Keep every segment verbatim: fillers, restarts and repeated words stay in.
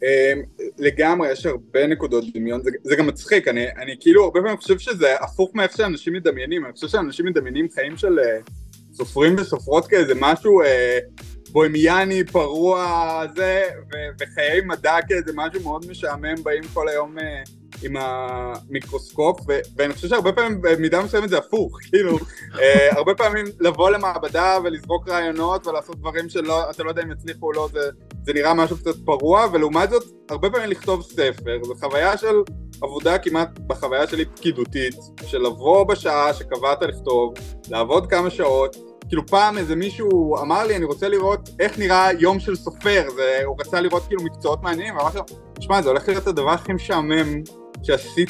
לגמרי, יש הרבה נקודות דמיון, זה, זה גם מצחיק, אני, אני כאילו הרבה פעמים חושב שזה הפוך מאיך שאנשים מדמיינים, אני חושב שאנשים מדמיינים חיים של סופרים וסופרות כאיזה משהו בוהמיאני, פרוע, זה, ו- וחיי מדע כאיזה משהו מאוד משעמם, באים כל היום עם המיקרוסקופ, ו- ואני חושב שהרבה פעמים במידה מסוימת זה הפוך, כאילו, הרבה פעמים לבוא למעבדה ולזרוק רעיונות ולעשות דברים שלא, אתה לא יודע אם יצליחו או לא, זה, זה נראה משהו קצת פרוע, ולעומת זאת, הרבה פעמים לכתוב ספר, זו חוויה של עבודה כמעט בחוויה שלי פקידותית, של לבוא בשעה שקבעת לכתוב, לעבוד כמה שעות, כאילו פעם איזה מישהו אמר לי, אני רוצה לראות איך נראה יום של סופר, זה, הוא רצה לראות כאילו מקצועות מעניינים, ואמרתי לו, תשמע, זה הולך להיות הדבר הכי משעמם שעשית.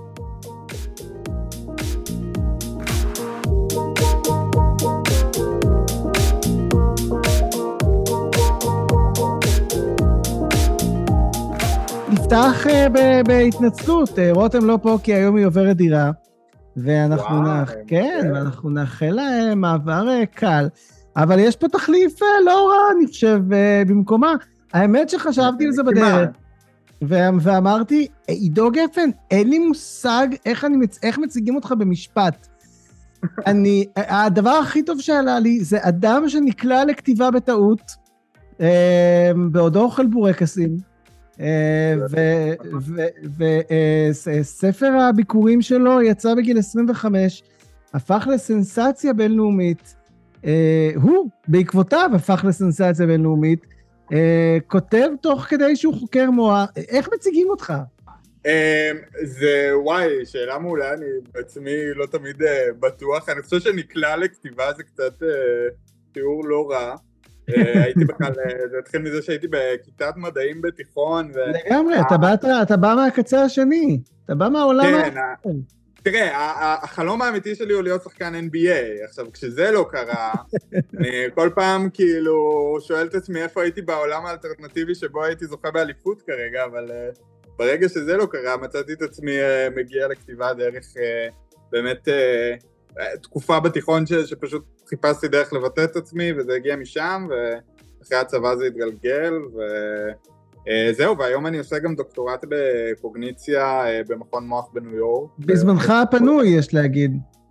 נפתח בהתנצלות, רותם לא פה כי היום היא עוברת דירה, ואנחנו נח... כן, ואנחנו נאחל להם מעבר קל, אבל יש פה תחליף לא רע, אני חושב, במקומה. האמת שחשבתי על זה בדרך, ואמרתי, עידו גפן, אין לי מושג איך, אני מצ... איך מציגים אותך במשפט. אני, הדבר הכי טוב שעלה לי, זה אדם שנקלע לכתיבה בטעות, בעודו אוכל בורקסים, וספר הביקורים שלו יצא בגיל עשרים וחמש, הפך לסנסציה בינלאומית, הוא בעקבותיו הפך לסנסציה בינלאומית, כותב תוך כדי שהוא חוקר מוח. איך מציגים אותך? זה וואי, שאלה מעולה, אני בעצמי לא תמיד בטוח, אני חושב שנקלע לכתיבה זה קצת תיאור לא רע, הייתי בכלל, זה התחיל מזה שהייתי בכיתת מדעים בתיכון. לגמרי, אתה בא מהקצה השני, אתה בא מהעולם. כן, תראה, החלום האמיתי שלי הוא להיות שחקן אן בי איי, עכשיו כשזה לא קרה, אני כל פעם כאילו שואל את עצמי איפה הייתי בעולם האלטרנטיבי שבו הייתי זוכה באליפות כרגע, אבל ברגע שזה לא קרה, מצאתי את עצמי מגיע לכתיבה דרך באמת תקופה בתיכון שפשוט חיפשתי דרך לבטא את עצמי, וזה הגיע משם, ואחרי הצבא זה התגלגל, וזהו, והיום אני עושה גם דוקטורט בקוגניציה במכון מוח בניו יורק. בזמנך הפנוי, יש להגיד.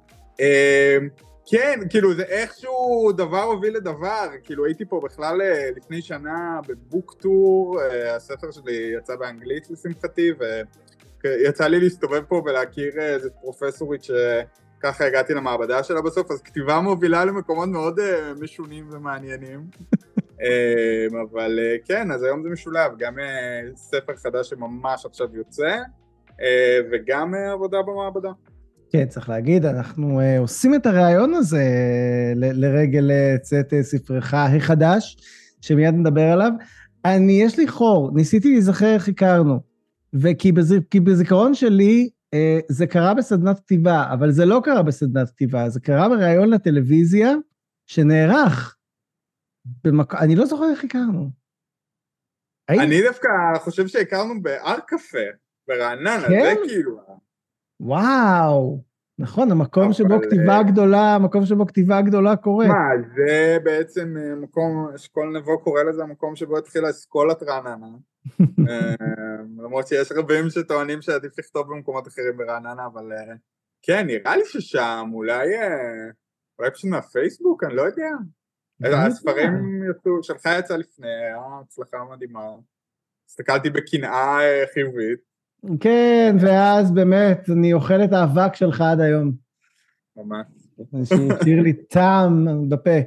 כן, כאילו זה איכשהו דבר הוביל לדבר, כאילו הייתי פה בכלל לפני שנה בבוק טור, הספר שלי יצא באנגלית לשמחתי, ויצא לי להסתובב פה ולהכיר איזה פרופסורית ש... ככה הגעתי למעבדה שלה בסוף, אז כתיבה מובילה למקומות מאוד uh, משונים ומעניינים. uh, אבל uh, כן, אז היום זה משולב, גם uh, ספר חדש שממש עכשיו יוצא, uh, וגם uh, עבודה במעבדה. כן, צריך להגיד, אנחנו uh, עושים את הרעיון הזה uh, ל- לרגל צאת uh, ספרך החדש, שמיד נדבר עליו. אני, יש לי חור, ניסיתי להיזכר איך הכרנו, וכי בז... בזיכרון שלי, זה קרה בסדנת כתיבה, אבל זה לא קרה בסדנת כתיבה, זה קרה בראיון לטלוויזיה שנערך. במק... אני לא זוכר איך הכרנו. אני דווקא חושב שהכרנו באר קפה, ברעננה, כן? זה כאילו. וואו, נכון, המקום שבו כתיבה גדולה, המקום שבו כתיבה גדולה קורית. מה, זה בעצם מקום, שכל נבו קורא לזה, המקום שבו התחילה אסכולת רעננה. למרות שיש רבים שטוענים שעדיף לכתוב במקומות אחרים ברעננה, אבל כן, נראה לי ששם, אולי אולי פשוט מהפייסבוק, אני לא יודע. הספרים יצאו, שלך יצא לפני, הצלחה מדהימה. הסתכלתי בקנאה חיובית. כן, ואז באמת, אני אוכל את האבק שלך עד היום. ממש. שהשאיר לי טעם בפה.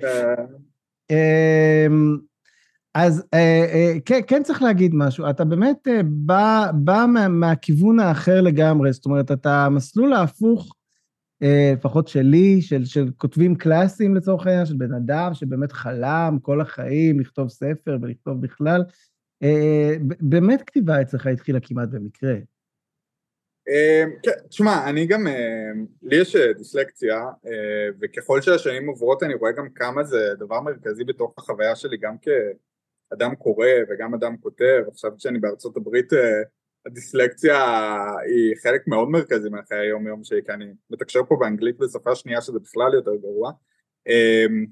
אז כן, כן צריך להגיד משהו, אתה באמת בא, בא מה, מהכיוון האחר לגמרי, זאת אומרת, אתה המסלול ההפוך, לפחות שלי, של, של כותבים קלאסיים לצורך העניין, של בן אדם שבאמת חלם כל החיים, לכתוב ספר ולכתוב בכלל, באמת כתיבה אצלך התחילה כמעט במקרה. כן, תשמע, אני גם, לי יש דיסלקציה, וככל שהשנים עוברות אני רואה גם כמה זה דבר מרכזי בתוך החוויה שלי, גם כאדם קורא וגם אדם כותב. עכשיו כשאני בארצות הברית, הדיסלקציה היא חלק מאוד מרכזי מהחיי היום יום שלי, כי אני מתקשר פה באנגלית בשפה שנייה שזה בכלל יותר גרוע.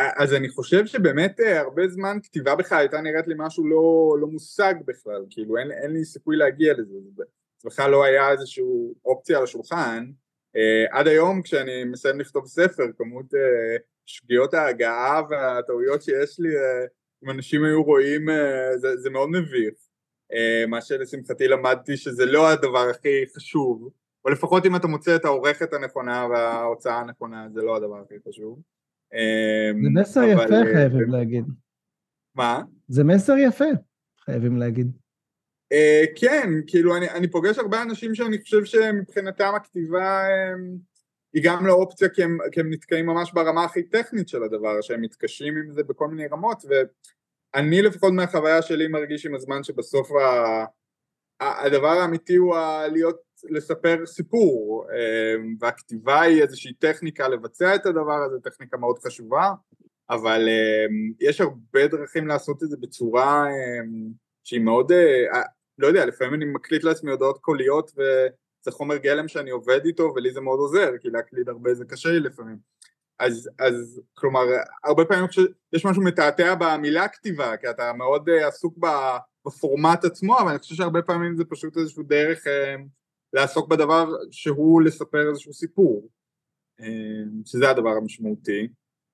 אז אני חושב שבאמת הרבה זמן כתיבה בכלל הייתה נראית לי משהו לא, לא מושג בכלל, כאילו אין, אין לי סיכוי להגיע לזה, זה בכלל לא היה איזושהי אופציה על השולחן, עד היום כשאני מסיים לכתוב ספר, כמות שגיאות ההגעה והטעויות שיש לי, אם אנשים היו רואים, זה, זה מאוד מביך, מה שלשמחתי למדתי שזה לא הדבר הכי חשוב, או לפחות אם אתה מוצא את העורכת הנכונה וההוצאה הנכונה, זה לא הדבר הכי חשוב. זה מסר יפה, חייבים להגיד. מה? זה מסר יפה, חייבים להגיד. כן, כאילו אני, אני פוגש הרבה אנשים שאני חושב שמבחינתם הכתיבה היא גם לא אופציה, כי הם, כי הם נתקעים ממש ברמה הכי טכנית של הדבר, שהם מתקשים עם זה בכל מיני רמות, ואני לפחות מהחוויה שלי מרגיש עם הזמן שבסוף ה... הדבר האמיתי הוא להיות, לספר סיפור, והכתיבה היא איזושהי טכניקה לבצע את הדבר הזה, טכניקה מאוד חשובה, אבל יש הרבה דרכים לעשות את זה בצורה שהיא מאוד, לא יודע, לפעמים אני מקליט לעצמי הודעות קוליות, וזה חומר גלם שאני עובד איתו, ולי זה מאוד עוזר, כי להקליט הרבה זה קשה לי לפעמים. אז, אז כלומר, הרבה פעמים יש משהו מתעתע במילה כתיבה, כי אתה מאוד עסוק ב... בפורמט עצמו, אבל אני חושב שהרבה פעמים זה פשוט איזשהו דרך אה, לעסוק בדבר שהוא לספר איזשהו סיפור, אה, שזה הדבר המשמעותי.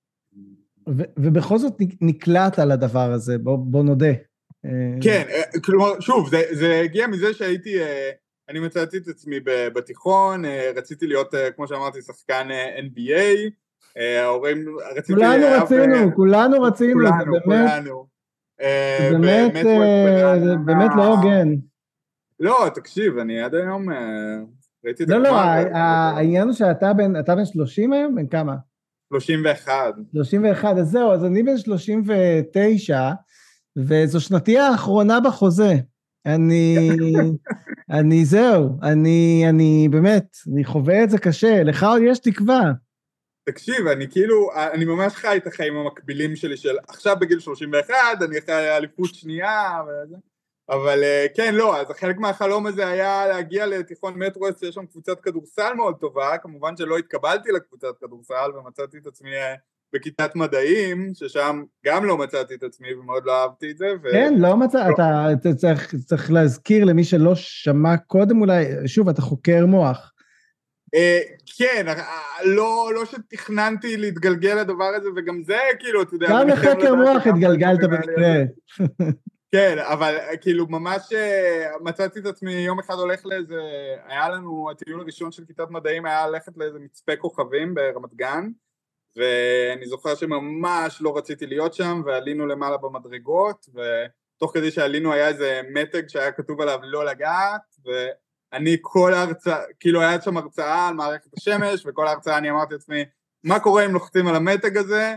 ו- ובכל זאת נקלט על הדבר הזה, בוא, בוא נודה. כן, אה, כלומר, שוב, זה, זה הגיע מזה שהייתי, אה, אני מצאתי את עצמי בתיכון, אה, רציתי להיות, אה, כמו שאמרתי, שחקן אה, אן בי איי, אה, ההורים, רציתי... כולנו רצינו, אה, כולנו רצינו, כולנו, זה באמת... כולנו. באמת, זה באמת לא הוגן. לא, תקשיב, אני עד היום ראיתי את זה. לא, לא, העניין הוא שאתה בן שלושים היום? בן כמה? שלושים ואחת. שלושים ואחת, אז זהו, אז אני בן שלושים ותשע, וזו שנתי האחרונה בחוזה. אני, אני זהו, אני, אני באמת, אני חווה את זה קשה, לך עוד יש תקווה. תקשיב, אני כאילו, אני ממש חי את החיים המקבילים שלי של עכשיו בגיל שלושים ואחת, אני אחרי אליפות שנייה, וזה. אבל כן, לא, אז חלק מהחלום הזה היה להגיע לתיכון מטרוס, שיש שם קבוצת כדורסל מאוד טובה, כמובן שלא התקבלתי לקבוצת כדורסל, ומצאתי את עצמי בכיתת מדעים, ששם גם לא מצאתי את עצמי, ומאוד לא אהבתי את זה. ו... כן, לא מצא, אתה, אתה צריך, צריך להזכיר למי שלא שמע קודם אולי, שוב, אתה חוקר מוח. כן, לא, לא שתכננתי להתגלגל לדבר הזה, וגם זה כאילו, אתה יודע... גם לחקר מוח התגלגלת במקרה. כן, אבל כאילו ממש מצאתי את עצמי יום אחד הולך לאיזה, היה לנו, הטיול הראשון של כיתת מדעים היה ללכת לאיזה מצפה כוכבים ברמת גן, ואני זוכר שממש לא רציתי להיות שם, ועלינו למעלה במדרגות, ותוך כדי שעלינו היה איזה מתג שהיה כתוב עליו לא לגעת, ואני כל ההרצאה, כאילו היה שם הרצאה על מערכת השמש, וכל ההרצאה אני אמרתי לעצמי, מה קורה אם לוחצים על המתג הזה?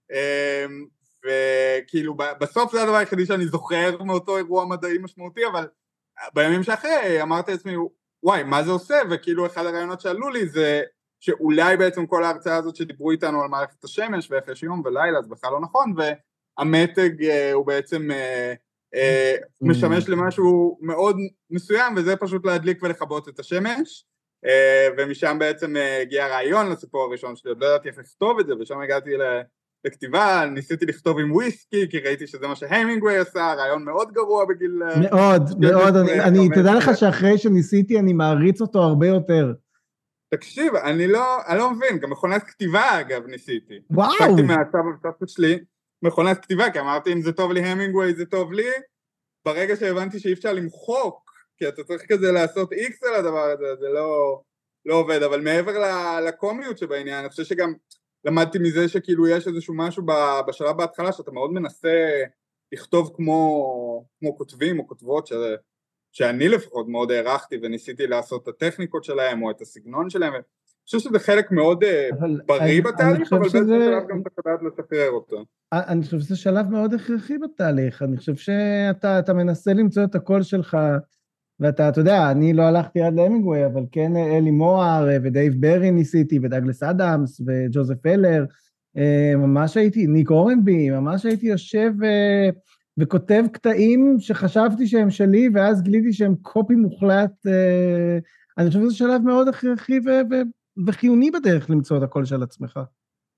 וכאילו בסוף זה הדבר היחידי שאני זוכר מאותו אירוע מדעי משמעותי, אבל בימים שאחרי אמרתי לעצמי, וואי, מה זה עושה? וכאילו אחד הרעיונות שעלו לי זה שאולי בעצם כל ההרצאה הזאת שדיברו איתנו על מערכת השמש ואיך יש יום ולילה, זה בכלל לא נכון, והמתג הוא בעצם משמש למשהו מאוד מסוים, וזה פשוט להדליק ולכבות את השמש, ומשם בעצם הגיע הרעיון לסיפור הראשון שלי, עוד לא ידעתי איך לכתוב את זה, ושם הגעתי לכתיבה, ניסיתי לכתוב עם וויסקי, כי ראיתי שזה מה שהיימינגווי עשה, רעיון מאוד גרוע בגיל... מאוד, מאוד, אני, תדע לך שאחרי שניסיתי אני מעריץ אותו הרבה יותר. תקשיב, אני לא, אני לא מבין, גם מכונת כתיבה אגב ניסיתי. וואו! הפסקתי מהצו ובספת שלי, מכונת כתיבה, כי אמרתי אם זה טוב לי היימינגווי זה טוב לי, ברגע שהבנתי שאי אפשר למחוק, כי אתה צריך כזה לעשות איקס על הדבר הזה, זה לא, לא עובד, אבל מעבר לקומיות שבעניין, אני חושב שגם למדתי מזה שכאילו יש איזשהו משהו בשלב בהתחלה, שאתה מאוד מנסה לכתוב כמו, כמו כותבים או כותבות, שזה, שאני לפחות מאוד הערכתי וניסיתי לעשות את הטכניקות שלהם או את הסגנון שלהם, אני חושב שזה חלק מאוד אבל, בריא אני, בתהליך, אני אבל שזה... בעצם שלב גם אתה חדעת לשחרר אותו. אני חושב שזה שלב מאוד הכרחי בתהליך, אני חושב שאתה אתה מנסה למצוא את הקול שלך, ואתה, אתה יודע, אני לא הלכתי עד להמינגווי, אבל כן אלי מוהר ודייב ברי ניסיתי, ודאגלס אדמס וג'וזף אלר, ממש הייתי, ניק אורנבי, ממש הייתי יושב וכותב קטעים שחשבתי שהם שלי, ואז גיליתי שהם קופי מוחלט, אני חושב שזה שלב מאוד הכרחי וחיוני בדרך למצוא את הקול של עצמך.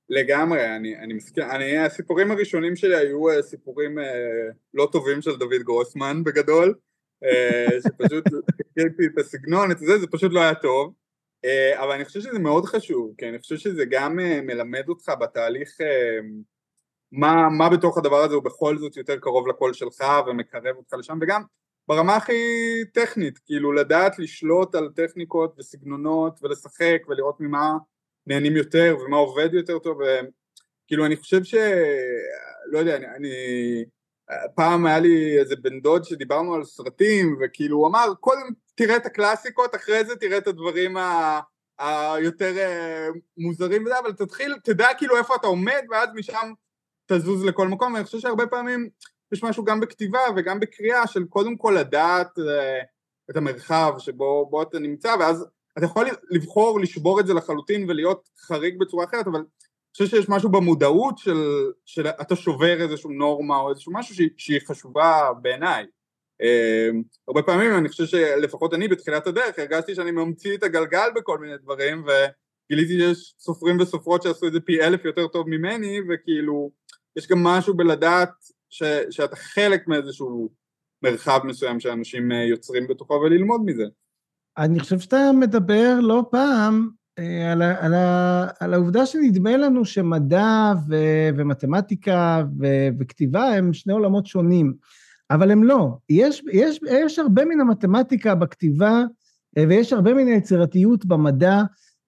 לגמרי, אני, אני מסכים, אני, הסיפורים הראשונים שלי היו uh, סיפורים uh, לא טובים של דוד גרוסמן בגדול, uh, שפשוט הכרתי את הסגנון, את זה, זה פשוט לא היה טוב, uh, אבל אני חושב שזה מאוד חשוב, כי אני חושב שזה גם uh, מלמד אותך בתהליך, uh, מה, מה בתוך הדבר הזה הוא בכל זאת יותר קרוב לקול שלך ומקרב אותך לשם, וגם ברמה הכי טכנית, כאילו לדעת לשלוט על טכניקות וסגנונות ולשחק ולראות ממה נהנים יותר ומה עובד יותר טוב, וכאילו אני חושב ש... לא יודע, אני... אני... פעם היה לי איזה בן דוד שדיברנו על סרטים, וכאילו הוא אמר, קודם תראה את הקלאסיקות, אחרי זה תראה את הדברים ה... היותר מוזרים וזה, אבל תתחיל, תדע כאילו איפה אתה עומד, ואז משם תזוז לכל מקום, ואני חושב שהרבה פעמים יש משהו גם בכתיבה וגם בקריאה, של קודם כל לדעת את המרחב שבו בו אתה נמצא, ואז אתה יכול לבחור לשבור את זה לחלוטין ולהיות חריג בצורה אחרת, אבל אני חושב שיש משהו במודעות של, של אתה שובר איזשהו נורמה או איזשהו משהו שהיא, שהיא חשובה בעיניי. הרבה פעמים אני חושב שלפחות אני בתחילת הדרך הרגשתי שאני ממציא את הגלגל בכל מיני דברים, וגיליתי שיש סופרים וסופרות שעשו את זה פי אלף יותר טוב ממני, וכאילו יש גם משהו בלדעת ש, שאתה חלק מאיזשהו מרחב מסוים שאנשים יוצרים בתוכו וללמוד מזה. אני חושב שאתה מדבר לא פעם על, ה, על, ה, על העובדה שנדמה לנו שמדע ו, ומתמטיקה ו, וכתיבה הם שני עולמות שונים, אבל הם לא. יש, יש, יש הרבה מן המתמטיקה בכתיבה, ויש הרבה מן היצירתיות במדע,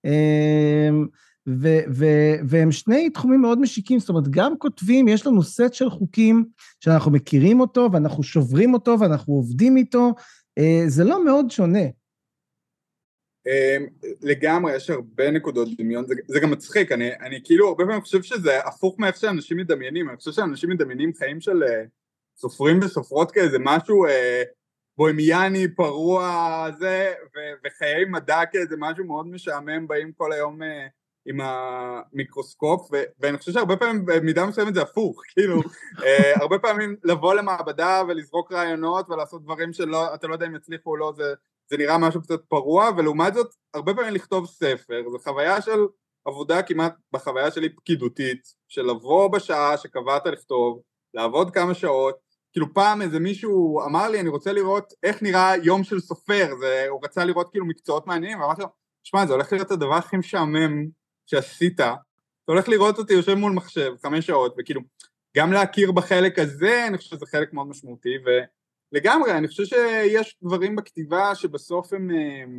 ו, ו, והם שני תחומים מאוד משיקים, זאת אומרת, גם כותבים, יש לנו סט של חוקים שאנחנו מכירים אותו, ואנחנו שוברים אותו, ואנחנו עובדים איתו, זה לא מאוד שונה. לגמרי, יש הרבה נקודות דמיון, זה, זה גם מצחיק, אני, אני כאילו הרבה פעמים חושב שזה הפוך מאיך שאנשים מדמיינים, אני חושב שאנשים מדמיינים חיים של סופרים וסופרות כאיזה משהו אה, בוהמיאני, פרוע, זה, ו- וחיי מדע כאיזה משהו מאוד משעמם, באים כל היום אה, עם המיקרוסקופ, ו- ואני חושב שהרבה פעמים במידה מסוימת זה הפוך, כאילו, אה, הרבה פעמים לבוא למעבדה ולזרוק רעיונות ולעשות דברים שאתה לא יודע אם יצליחו או לא, זה, זה נראה משהו קצת פרוע, ולעומת זאת, הרבה פעמים לכתוב ספר, זו חוויה של עבודה כמעט בחוויה שלי פקידותית, של לבוא בשעה שקבעת לכתוב, לעבוד כמה שעות, כאילו פעם איזה מישהו אמר לי, אני רוצה לראות איך נראה יום של סופר, זה, הוא רצה לראות כאילו מקצועות מעניינים, ואמרתי לו, שמע, זה הולך להיות הדבר הכי משעמם שעשית, אתה הולך לראות אותי יושב מול מחשב חמש שעות, וכאילו, גם להכיר בחלק הזה, אני חושב שזה חלק מאוד משמעותי, ולגמרי, אני חושב שיש דברים בכתיבה שבסוף הם,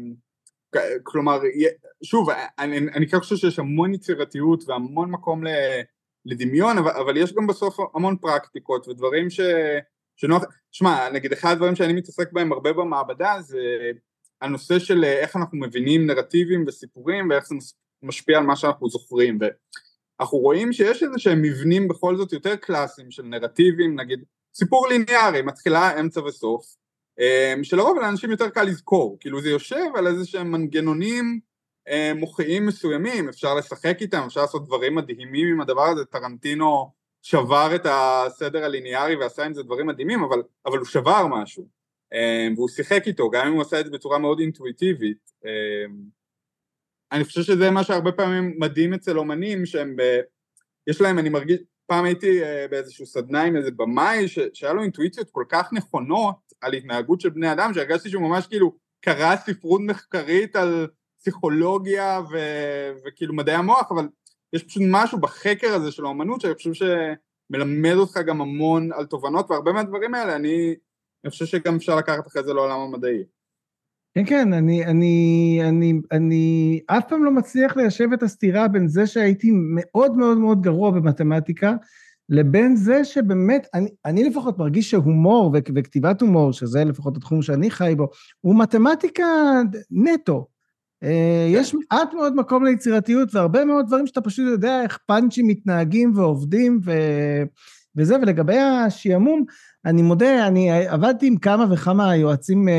כלומר, שוב, אני, אני חושב שיש המון יצירתיות, והמון מקום ל... לדמיון, אבל, אבל יש גם בסוף המון פרקטיקות ודברים ש, שנוח, שמה, נגיד אחד הדברים שאני מתעסק בהם הרבה במעבדה זה הנושא של איך אנחנו מבינים נרטיבים וסיפורים ואיך זה משפיע על מה שאנחנו זוכרים, ואנחנו רואים שיש איזה שהם מבנים בכל זאת יותר קלאסיים של נרטיבים, נגיד סיפור ליניארי, מתחילה, אמצע וסוף, שלרוב לאנשים יותר קל לזכור, כאילו זה יושב על איזה שהם מנגנונים מוחיים מסוימים, אפשר לשחק איתם, אפשר לעשות דברים מדהימים עם הדבר הזה, טרנטינו שבר את הסדר הליניארי ועשה עם זה דברים מדהימים, אבל, אבל הוא שבר משהו, והוא שיחק איתו, גם אם הוא עשה את זה בצורה מאוד אינטואיטיבית. אני חושב שזה מה שהרבה פעמים מדהים אצל אומנים, שהם ב... יש להם, אני מרגיש, פעם הייתי באיזשהו סדנה עם איזה במאי, ש... שהיה לו אינטואיציות כל כך נכונות על התנהגות של בני אדם, שהרגשתי שהוא ממש כאילו קרא ספרות מחקרית על פסיכולוגיה ו- וכאילו מדעי המוח, אבל יש פשוט משהו בחקר הזה של האמנות שאני חושב שמלמד אותך גם המון על תובנות, והרבה מהדברים האלה אני, אני חושב שגם אפשר לקחת אחרי זה לעולם המדעי. כן, כן, אני, אני, אני, אני אף פעם לא מצליח ליישב את הסתירה בין זה שהייתי מאוד מאוד מאוד גרוע במתמטיקה, לבין זה שבאמת, אני, אני לפחות מרגיש שהומור וכתיבת הומור, שזה לפחות התחום שאני חי בו, הוא מתמטיקה נטו. יש מעט מאוד מקום ליצירתיות, והרבה מאוד דברים שאתה פשוט יודע איך פאנצ'ים מתנהגים ועובדים, ו... וזה, ולגבי השיעמום, אני מודה, אני עבדתי עם כמה וכמה יועצים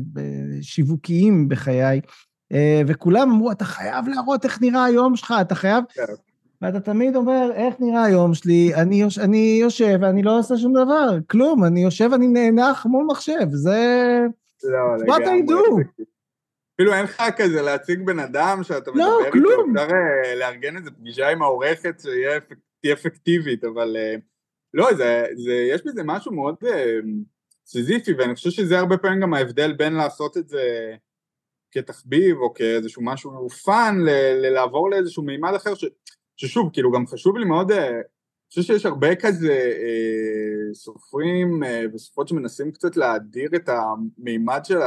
שיווקיים בחיי, וכולם אמרו, אתה חייב להראות איך נראה היום שלך, אתה חייב, ואתה תמיד אומר, איך נראה היום שלי, אני, יוש... אני יושב ואני לא עושה שום דבר, כלום, אני יושב, אני נאנח מול מחשב, זה... לא, what I do. אפילו אין לך כזה להציג בן אדם שאתה מדבר לא, איתו, כלום. אפשר לארגן איזה פגישה עם העורכת שתהיה אפקטיבית, אבל לא, זה, זה, יש בזה משהו מאוד סיזיפי, ואני חושב שזה הרבה פעמים גם ההבדל בין לעשות את זה כתחביב, או כאיזשהו משהו פאן, ל- לעבור לאיזשהו מימד אחר, ש- ששוב, כאילו גם חשוב לי מאוד, אני חושב שיש הרבה כזה אה, סופרים אה, וסופרות שמנסים קצת להדיר את המימד של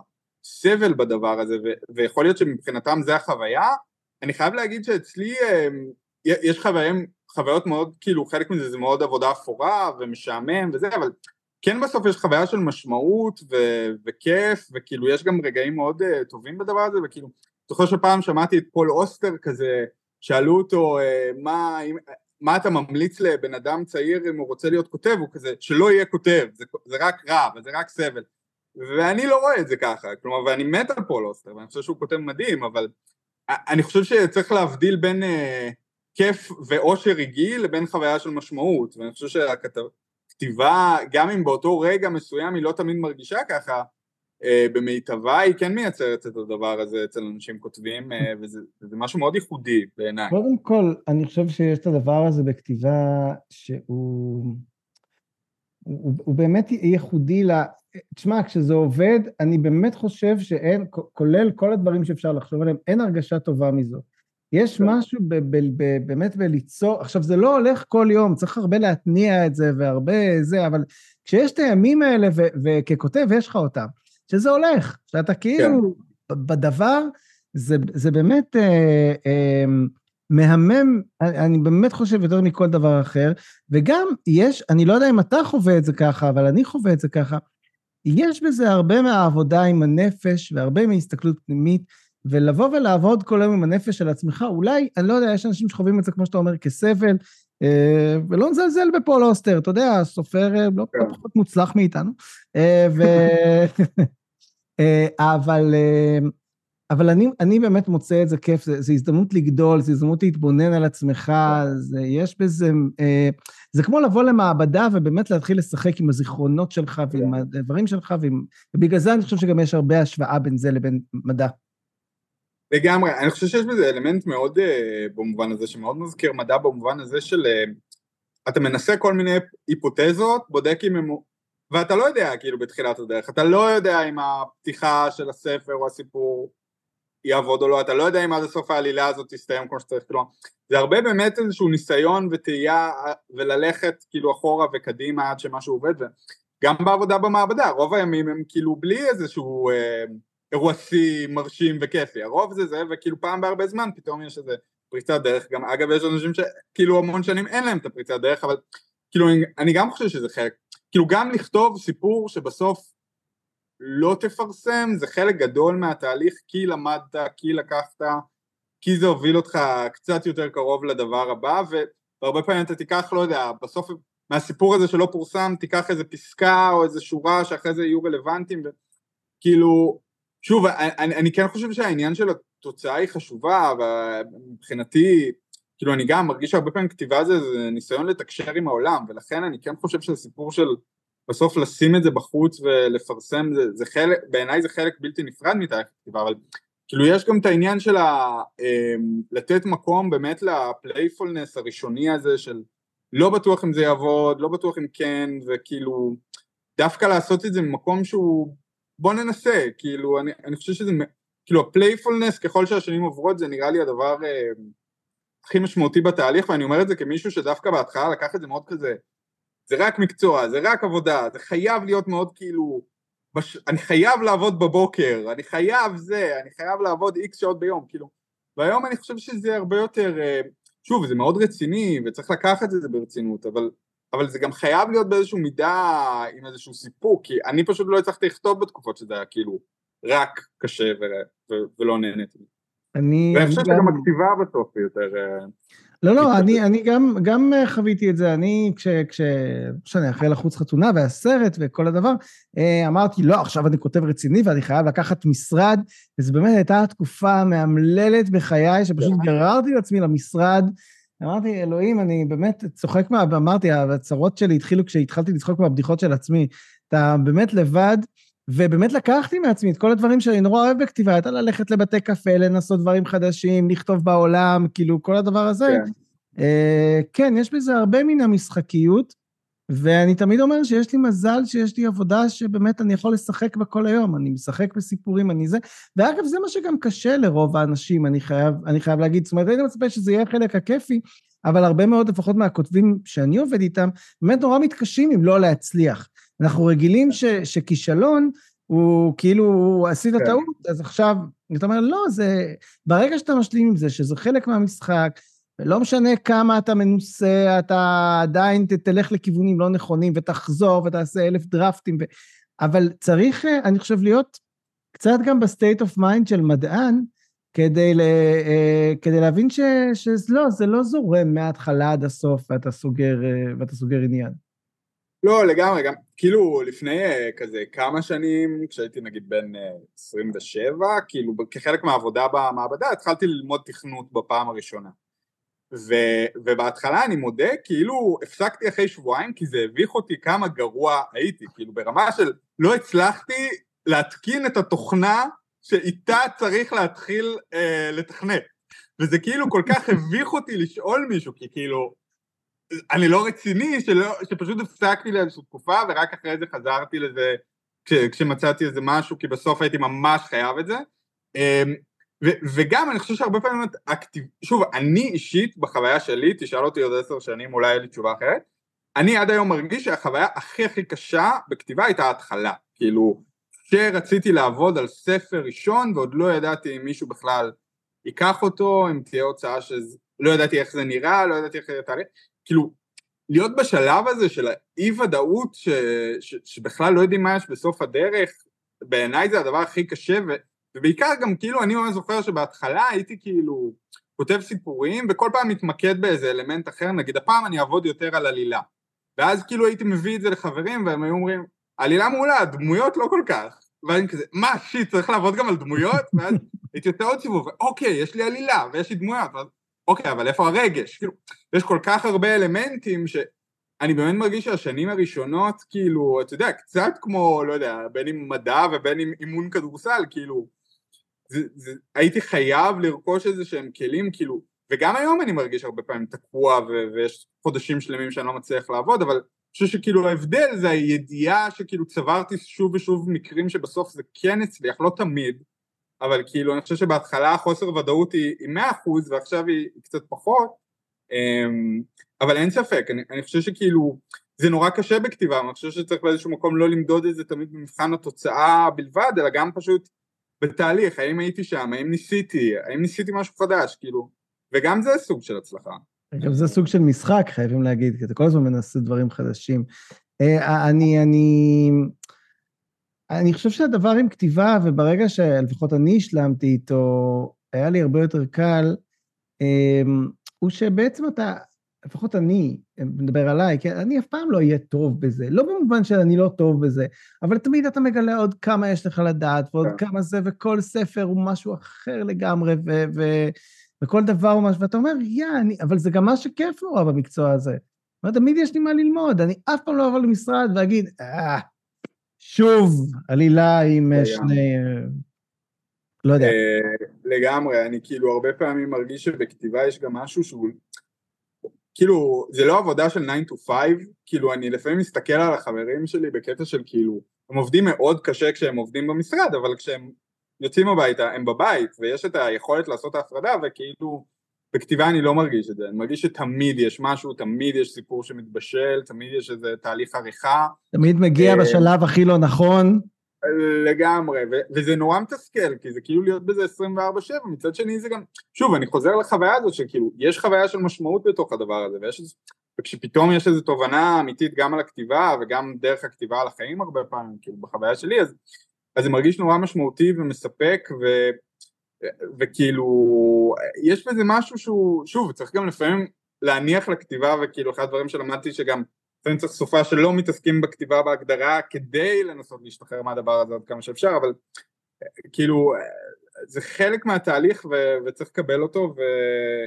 הסבל בדבר הזה, ו- ויכול להיות שמבחינתם זה החוויה. אני חייב להגיד שאצלי אה, יש חוויים, חוויות מאוד, כאילו חלק מזה זה מאוד עבודה אפורה ומשעמם וזה, אבל כן בסוף יש חוויה של משמעות ו- וכיף, וכאילו יש גם רגעים מאוד uh, טובים בדבר הזה, וכאילו, זוכר שפעם שמעתי את פול אוסטר כזה, שאלו אותו, uh, מה, מה אתה ממליץ לבן אדם צעיר אם הוא רוצה להיות כותב, הוא כזה, שלא יהיה כותב, זה, זה רק רע, וזה רק סבל, ואני לא רואה את זה ככה, כלומר, ואני מת על פול אוסטר, ואני חושב שהוא כותב מדהים, אבל אני חושב שצריך להבדיל בין uh, כיף ואושר רגעי, לבין חוויה של משמעות, ואני חושב שהכתב... כתיבה, גם אם באותו רגע מסוים היא לא תמיד מרגישה ככה, אה, במיטבה היא כן מייצרת את הדבר הזה אצל אנשים כותבים, אה, וזה, וזה משהו מאוד ייחודי בעיניי. קודם כל, אני חושב שיש את הדבר הזה בכתיבה שהוא הוא, הוא באמת ייחודי לה, תשמע, כשזה עובד, אני באמת חושב שאין, כולל כל הדברים שאפשר לחשוב עליהם, אין הרגשה טובה מזו. יש משהו ב, ב, ב, באמת בליצור, עכשיו זה לא הולך כל יום, צריך הרבה להתניע את זה והרבה זה, אבל כשיש את הימים האלה ו, וככותב יש לך אותם, שזה הולך, שאתה כאילו כן. בדבר, זה, זה באמת אה, אה, מהמם, אני, אני באמת חושב יותר מכל דבר אחר, וגם יש, אני לא יודע אם אתה חווה את זה ככה, אבל אני חווה את זה ככה, יש בזה הרבה מהעבודה עם הנפש והרבה מהסתכלות פנימית, ולבוא ולעבוד כל היום עם הנפש של עצמך, אולי, אני לא יודע, יש אנשים שחווים את זה, כמו שאתה אומר, כסבל, ולא נזלזל בפול אוסטר, אתה יודע, סופר לא פחות מוצלח מאיתנו, אבל, אבל אני, אני באמת מוצא את זה כיף, זה, זה הזדמנות לגדול, זה הזדמנות להתבונן על עצמך, זה, יש בזה, זה כמו לבוא למעבדה, ובאמת להתחיל לשחק עם הזיכרונות שלך, ועם הדברים שלך, ובגלל זה אני חושב שגם יש הרבה השוואה בין זה לבין מדע. לגמרי, אני חושב שיש בזה אלמנט מאוד uh, במובן הזה, שמאוד מזכיר מדע במובן הזה של, uh, אתה מנסה כל מיני היפותזות, בודק אם הם, ואתה לא יודע כאילו בתחילת הדרך, אתה לא יודע אם הפתיחה של הספר או הסיפור יעבוד או לא, אתה לא יודע אם עד הסוף העלילה הזאת תסתיים כמו שצריך, כאילו, זה הרבה באמת איזשהו ניסיון ותהייה וללכת כאילו אחורה וקדימה עד שמשהו עובד, וגם בעבודה במעבדה, רוב הימים הם כאילו בלי איזשהו... Uh, אירוע סי מרשים וכיפי, הרוב זה זה, וכאילו פעם בהרבה זמן פתאום יש איזה פריצת דרך, גם אגב יש אנשים שכאילו המון שנים אין להם את הפריצת דרך, אבל כאילו אני, אני גם חושב שזה חלק, כאילו גם לכתוב סיפור שבסוף לא תפרסם, זה חלק גדול מהתהליך, כי למדת, כי לקחת, כי זה הוביל אותך קצת יותר קרוב לדבר הבא, והרבה פעמים אתה תיקח, לא יודע, בסוף מהסיפור הזה שלא פורסם, תיקח איזה פסקה או איזה שורה שאחרי זה יהיו רלוונטיים, וכאילו, שוב, אני, אני כן חושב שהעניין של התוצאה היא חשובה, ומבחינתי, כאילו אני גם מרגיש שהרבה פעמים כתיבה זה, זה ניסיון לתקשר עם העולם, ולכן אני כן חושב שהסיפור של בסוף לשים את זה בחוץ ולפרסם, זה, זה חלק, בעיניי זה חלק בלתי נפרד מתהליך הכתיבה, אבל כאילו יש גם את העניין של ה, לתת מקום באמת לפלייפולנס הראשוני הזה, של לא בטוח אם זה יעבוד, לא בטוח אם כן, וכאילו דווקא לעשות את זה ממקום שהוא, בוא ננסה, כאילו, אני, אני חושב שזה, כאילו, הפלייפולנס, ככל שהשנים עוברות, זה נראה לי הדבר אה, הכי משמעותי בתהליך, ואני אומר את זה כמישהו שדווקא בהתחלה לקח את זה מאוד כזה, זה רק מקצוע, זה רק עבודה, זה חייב להיות מאוד כאילו, בש... אני חייב לעבוד בבוקר, אני חייב זה, אני חייב לעבוד איקס שעות ביום, כאילו, והיום אני חושב שזה הרבה יותר, אה, שוב, זה מאוד רציני, וצריך לקחת את זה ברצינות, אבל... אבל זה גם חייב להיות באיזשהו מידה עם איזשהו סיפוק, כי אני פשוט לא הצלחתי לכתוב בתקופות שזה היה כאילו רק קשה ו- ו- ולא נהניתי. אני... ואני חושב שגם הכתיבה בסוף יותר... לא, לא, אני, אני גם, גם חוויתי את זה, אני כש... כש... שאני אחרי לחוץ חתונה והסרט וכל הדבר, אמרתי, לא, עכשיו אני כותב רציני ואני חייב לקחת משרד, וזה באמת הייתה התקופה מהמללת בחיי, שפשוט גררתי לעצמי למשרד, אמרתי, אלוהים, אני באמת צוחק מה, אמרתי, הצרות שלי התחילו כשהתחלתי לצחוק מהבדיחות של עצמי, אתה באמת לבד, ובאמת לקחתי מעצמי את כל הדברים שאני נורא אוהב בכתיבה, הייתה ללכת לבתי קפה, לנסות דברים חדשים, לכתוב בעולם, כאילו כל הדבר הזה. כן. אה, כן, יש בזה הרבה מן המשחקיות, ואני תמיד אומר שיש לי מזל שיש לי עבודה שבאמת אני יכול לשחק בה כל היום, אני משחק בסיפורים, אני זה, ואגב זה מה שגם קשה לרוב האנשים, אני חייב, אני חייב להגיד, זאת אומרת, אני מצפה שזה יהיה חלק הכיפי, אבל הרבה מאוד לפחות מהכותבים שאני עובד איתם, באמת נורא מתקשים אם לא להצליח. אנחנו רגילים ש, שכישלון הוא כאילו, עשית כן. טעות, אז עכשיו, אתה אומר, לא, זה, ברגע שאתה משלים עם זה, שזה חלק מהמשחק, ולא משנה כמה אתה מנוסה, אתה עדיין תלך לכיוונים לא נכונים, ותחזור ותעשה אלף דרפטים, ו... אבל צריך, אני חושב, להיות קצת גם בסטייט אוף מיינד של מדען, כדי, ל... כדי להבין ש... שלא, זה לא זורם מההתחלה עד הסוף, ואתה סוגר, ואתה סוגר עניין. לא, לגמרי, גם, כאילו, לפני כזה כמה שנים, כשהייתי נגיד בין עשרים ושבע, כאילו, כחלק מהעבודה במעבדה, התחלתי ללמוד תכנות בפעם הראשונה. ו, ובהתחלה אני מודה, כאילו הפסקתי אחרי שבועיים, כי זה הביך אותי כמה גרוע הייתי, כאילו ברמה של לא הצלחתי להתקין את התוכנה שאיתה צריך להתחיל אה, לתכנת, וזה כאילו כל כך הביך אותי לשאול מישהו, כי כאילו אני לא רציני, שלא, שפשוט הפסקתי לאיזושהי תקופה, ורק אחרי זה חזרתי לזה, כש, כשמצאתי איזה משהו, כי בסוף הייתי ממש חייב את זה, אה, ו- וגם אני חושב שהרבה פעמים אקטיב... שוב, אני אישית בחוויה שלי, תשאל אותי עוד עשר שנים, אולי יהיה לי תשובה אחרת, אני עד היום מרגיש שהחוויה הכי הכי קשה בכתיבה הייתה ההתחלה, כאילו שרציתי לעבוד על ספר ראשון ועוד לא ידעתי אם מישהו בכלל ייקח אותו, אם תהיה הוצאה שלא ידעתי איך זה נראה, לא ידעתי איך זה תאריך, כאילו להיות בשלב הזה של האי ודאות ש... ש... שבכלל לא יודעים מה יש בסוף הדרך, בעיניי זה הדבר הכי קשה, ו... ובעיקר גם כאילו אני ממש זוכר שבהתחלה הייתי כאילו כותב סיפורים וכל פעם מתמקד באיזה אלמנט אחר, נגיד הפעם אני אעבוד יותר על עלילה, ואז כאילו הייתי מביא את זה לחברים והם היו אומרים, עלילה מעולה, דמויות לא כל כך, ואני כזה, מה שיט, צריך לעבוד גם על דמויות? ואז הייתי יותר עוד סיבוב, אוקיי, יש לי עלילה ויש לי דמויות, ואז, אוקיי, אבל איפה הרגש? כאילו, יש כל כך הרבה אלמנטים שאני באמת מרגיש שהשנים הראשונות, כאילו, אתה יודע, קצת כמו, לא יודע, בין עם מדע ובין עם אימון כדורסל, כאילו, זה, זה, הייתי חייב לרכוש איזה שהם כלים, כאילו, וגם היום אני מרגיש הרבה פעמים תקוע, ו- ויש חודשים שלמים שאני לא מצליח לעבוד, אבל אני חושב שכאילו ההבדל זה הידיעה שכאילו צברתי שוב ושוב מקרים שבסוף זה כן הצליח, לא תמיד, אבל כאילו אני חושב שבהתחלה החוסר ודאות היא, היא מאה אחוז, ועכשיו היא, היא קצת פחות, אבל אין ספק, אני, אני חושב שכאילו, זה נורא קשה בכתיבה, אני חושב שצריך באיזשהו מקום לא למדוד את זה תמיד במבחן התוצאה בלבד, אלא גם פשוט בתהליך, האם הייתי שם, האם ניסיתי, האם ניסיתי משהו חדש, כאילו, וגם זה סוג של הצלחה. גם זה סוג של משחק, חייבים להגיד, כי אתה כל הזמן מנסה דברים חדשים. אני, אני, אני חושב שהדבר עם כתיבה, וברגע שלפחות אני השלמתי איתו, היה לי הרבה יותר קל, הוא שבעצם אתה, לפחות אני, מדבר עליי, כי אני אף פעם לא אהיה טוב בזה, לא במובן שאני לא טוב בזה, אבל תמיד אתה מגלה עוד כמה יש לך לדעת, ועוד כמה זה, וכל ספר הוא משהו אחר לגמרי, ו- ו- וכל דבר הוא משהו, ואתה אומר, יא, אני, אבל זה גם מה שכיף נורא במקצוע הזה. אבל תמיד יש לי מה ללמוד, אני אף פעם לא אבוא למשרד ואגיד, אה, שוב, עלילה עם שני, לא יודע. לגמרי, אני כאילו הרבה פעמים מרגיש שבכתיבה יש גם משהו שהוא, כאילו, זה לא עבודה של nine to five, כאילו אני לפעמים מסתכל על החברים שלי בקטע של כאילו, הם עובדים מאוד קשה כשהם עובדים במשרד, אבל כשהם יוצאים הביתה, הם בבית, ויש את היכולת לעשות ההפרדה, וכאילו, בכתיבה אני לא מרגיש את זה, אני מרגיש שתמיד יש משהו, תמיד יש סיפור שמתבשל, תמיד יש איזה תהליך עריכה. תמיד מגיע בשלב הכי לא נכון. לגמרי, ו- וזה נורא מתסכל, כי זה כאילו להיות בזה עשרים וארבע שבע, מצד שני זה גם, שוב, אני חוזר לחוויה הזאת, שכאילו, יש חוויה של משמעות בתוך הדבר הזה, ויש, וכשפתאום יש איזו תובנה אמיתית גם על הכתיבה, וגם דרך הכתיבה על החיים הרבה פעמים, כאילו, בחוויה שלי, אז, אז זה מרגיש נורא משמעותי ומספק, ו, וכאילו, יש בזה משהו שהוא, שוב, צריך גם לפעמים להניח לכתיבה, וכאילו, אחד הדברים שלמדתי שגם, לפעמים צריך סופה שלא מתעסקים בכתיבה בהגדרה כדי לנסות להשתחרר מהדבר הזה עד כמה שאפשר, אבל כאילו זה חלק מהתהליך ו- וצריך לקבל אותו, ו-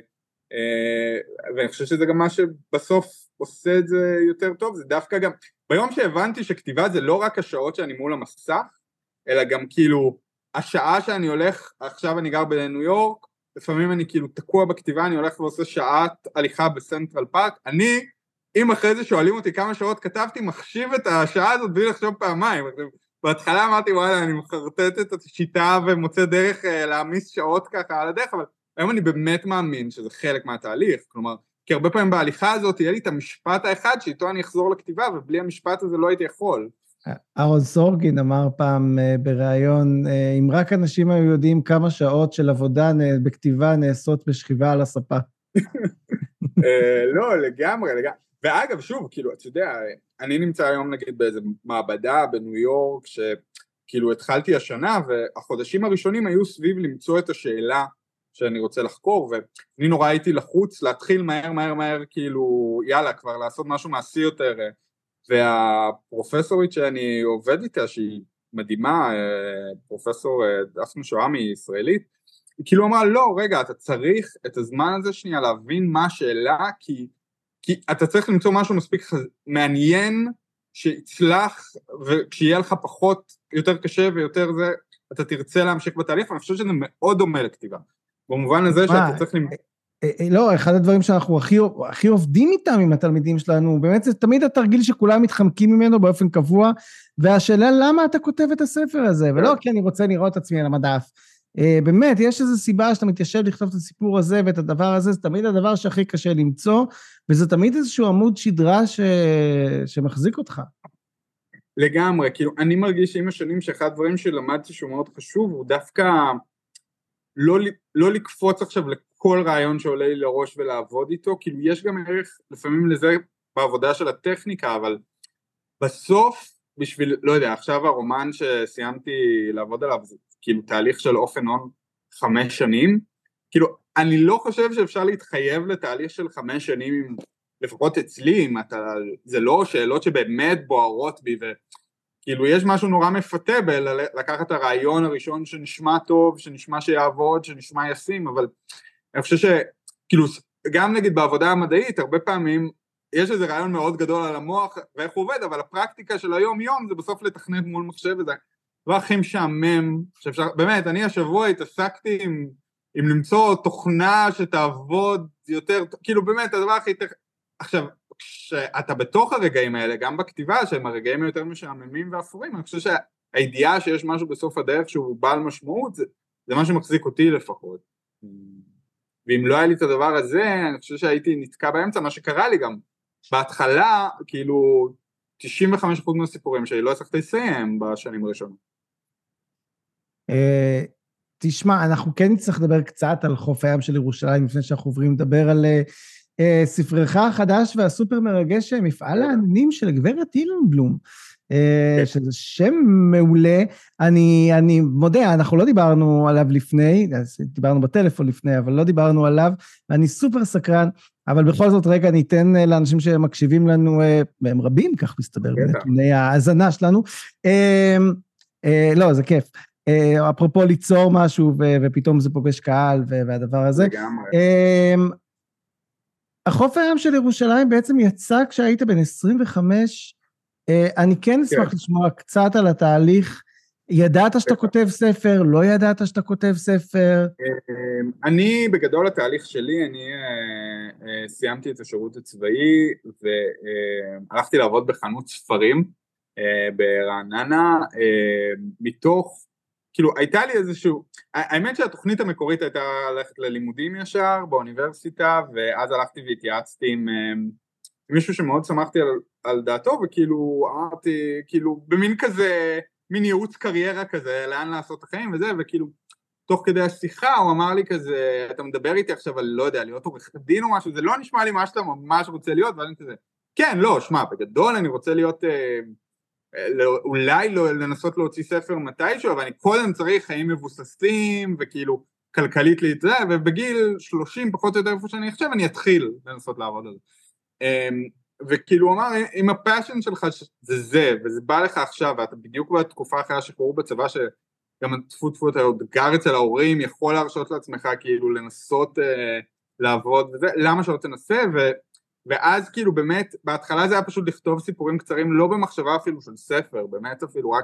ואני חושב שזה גם מה שבסוף עושה את זה יותר טוב, זה דווקא גם, ביום שהבנתי שכתיבה זה לא רק השעות שאני מול המסך, אלא גם כאילו, השעה שאני הולך, עכשיו אני גר בניו יורק, לפעמים אני כאילו תקוע בכתיבה, אני הולך ועושה שעת הליכה בסנטרל פארק, אני, אם אחרי זה שואלים אותי כמה שעות כתבתי, מחשיב את השעה הזאת בלי לחשוב פעמיים, בהתחלה אמרתי וואלה, אני מחרטט את השיטה ומוצא דרך להעמיס שעות ככה על הדרך, אבל היום אני באמת מאמין שזה חלק מהתהליך, כלומר, כי הרבה פעמים בהליכה הזאת יהיה לי את המשפט האחד שאיתו אני אחזור לכתיבה, ובלי המשפט הזה לא הייתי יכול. אהרון סורגין אמר פעם בראיון, אם רק אנשים היו יודעים כמה שעות של עבודה בכתיבה נעשות בשכיבה על הספה. לא, לגמרי, לגמרי. ואגב, שוב, כאילו, אתה יודע, אני נמצא היום נגיד באיזה מעבדה בניו יורק, שכאילו התחלתי השנה, והחודשים הראשונים היו סביב למצוא את השאלה שאני רוצה לחקור, ואני נורא הייתי לחוץ, להתחיל מהר מהר מהר, כאילו, יאללה, כבר לעשות משהו מעשי יותר, והפרופסורית שאני עובד איתה, שהיא מדהימה, פרופסור דפנה שואמי ישראלית, היא כאילו אמרה, לא, רגע, אתה צריך את הזמן הזה שנייה להבין מה השאלה, כי, כי אתה צריך למצוא משהו מספיק מעניין, שיצלח, וכשיהיה לך פחות, יותר קשה ויותר זה, אתה תרצה להמשיך בתהליך, ואני חושב שזה מאוד דומה לכתיבה. במובן הזה שאתה צריך למצוא... לא, אחד הדברים שאנחנו הכי, הכי עובדים איתם עם התלמידים שלנו, באמת זה תמיד התרגיל שכולם מתחמקים ממנו באופן קבוע, והשאלה למה אתה כותב את הספר הזה, ולא כי אני רוצה לראות את עצמי על המדף. באמת, יש איזו סיבה שאתה מתיישב לכתוב את הסיפור הזה ואת הדבר הזה, זה תמיד הדבר שהכי קשה למצוא, וזה תמיד איזשהו עמוד שדרה ש... שמחזיק אותך. לגמרי, כאילו, אני מרגיש עם השנים שאחד הדברים שלמדתי שהוא מאוד חשוב, הוא דווקא לא, לא לקפוץ עכשיו לכל רעיון שעולה לי לראש ולעבוד איתו, כאילו יש גם ערך לפעמים לזה בעבודה של הטכניקה, אבל בסוף, בשביל, לא יודע, עכשיו הרומן שסיימתי לעבוד עליו, זה כאילו תהליך של אוף אנד און חמש שנים, כאילו אני לא חושב שאפשר להתחייב לתהליך של חמש שנים, לפחות אצלי, אם אתה, זה לא שאלות שבאמת בוערות בי, וכאילו יש משהו נורא מפתה בלקחת את הרעיון הראשון שנשמע טוב, שנשמע שיעבוד, שנשמע ישים, אבל אני חושב שכאילו גם נגיד בעבודה המדעית, הרבה פעמים יש איזה רעיון מאוד גדול על המוח ואיך הוא עובד, אבל הפרקטיקה של היום יום זה בסוף לתכנת מול מחשב, וזה דבר הכי משעמם שאפשר, באמת, אני השבוע התעסקתי עם, עם למצוא תוכנה שתעבוד יותר, כאילו באמת הדבר הכי, עכשיו, כשאתה בתוך הרגעים האלה, גם בכתיבה, שהם הרגעים היותר משעממים ואפורים, אני חושב שהידיעה שיש משהו בסוף הדרך שהוא בעל משמעות, זה, זה מה שמחזיק אותי לפחות. ואם לא היה לי את הדבר הזה, אני חושב שהייתי נתקע באמצע, מה שקרה לי גם. בהתחלה, כאילו, תשעים וחמישה אחוז מהסיפורים שלי לא הצלחתי לסיים בשנים הראשונות. תשמע, אנחנו כן נצטרך לדבר קצת על חוף הים של ירושלים, לפני שאנחנו עוברים לדבר על ספרך החדש והסופר מרגש, מפעל העננים של גברת אילנבלום, שזה שם מעולה. אני, אני מודה, אנחנו לא דיברנו עליו לפני, דיברנו בטלפון לפני, אבל לא דיברנו עליו, ואני סופר סקרן, אבל בכל זאת רגע ניתן לאנשים שמקשיבים לנו, והם רבים, כך מסתבר, בנתוני ההאזנה שלנו. לא, זה כיף. אפרופו ליצור משהו, ופתאום זה פוגש קהל, והדבר הזה. החוף הים של ירושלים בעצם יצא כשהיית בן עשרים וחמש, אני כן אשמח לשמוע קצת על התהליך, ידעת שאתה כותב ספר, לא ידעת שאתה כותב ספר? אני בגדול התהליך שלי, אני סיימתי את השירות הצבאי, והלכתי לעבוד בחנות ספרים ברעננה, מתוך, כאילו הייתה לי איזשהו, האמת שהתוכנית המקורית הייתה ללכת ללימודים ישר באוניברסיטה, ואז הלכתי והתייעצתי עם מישהו שמאוד שמחתי על, על דעתו, וכאילו אמרתי, כאילו במין כזה, מין ייעוץ קריירה כזה, לאן לעשות החיים וזה, וכאילו תוך כדי השיחה הוא אמר לי כזה, אתה מדבר איתי עכשיו על לא יודע, להיות עורך דין או משהו, זה לא נשמע לי מה שאתה ממש רוצה להיות, ואני כזה, כן, לא, שמע, בגדול אני רוצה להיות, אה, אולי לא, לנסות להוציא ספר מתישהו, אבל אני קודם צריך חיים מבוססים, וכאילו כלכלית להתזה, ובגיל שלושים פחות או יותר איפה שאני חושב, אני אתחיל לנסות לעבוד על זה. וכאילו הוא אמר, אם הפאשן שלך זה זה, וזה בא לך עכשיו, ואתה בדיוק בתקופה אחרי השחרור בצבא, שגם התפו תפו את האתגר אצל ההורים, יכול להרשות לעצמך כאילו לנסות אה, לעבוד וזה, למה שלא תנסה, ו, ואז כאילו באמת, בהתחלה זה היה פשוט לכתוב סיפורים קצרים, לא במחשבה אפילו של ספר, באמת אפילו רק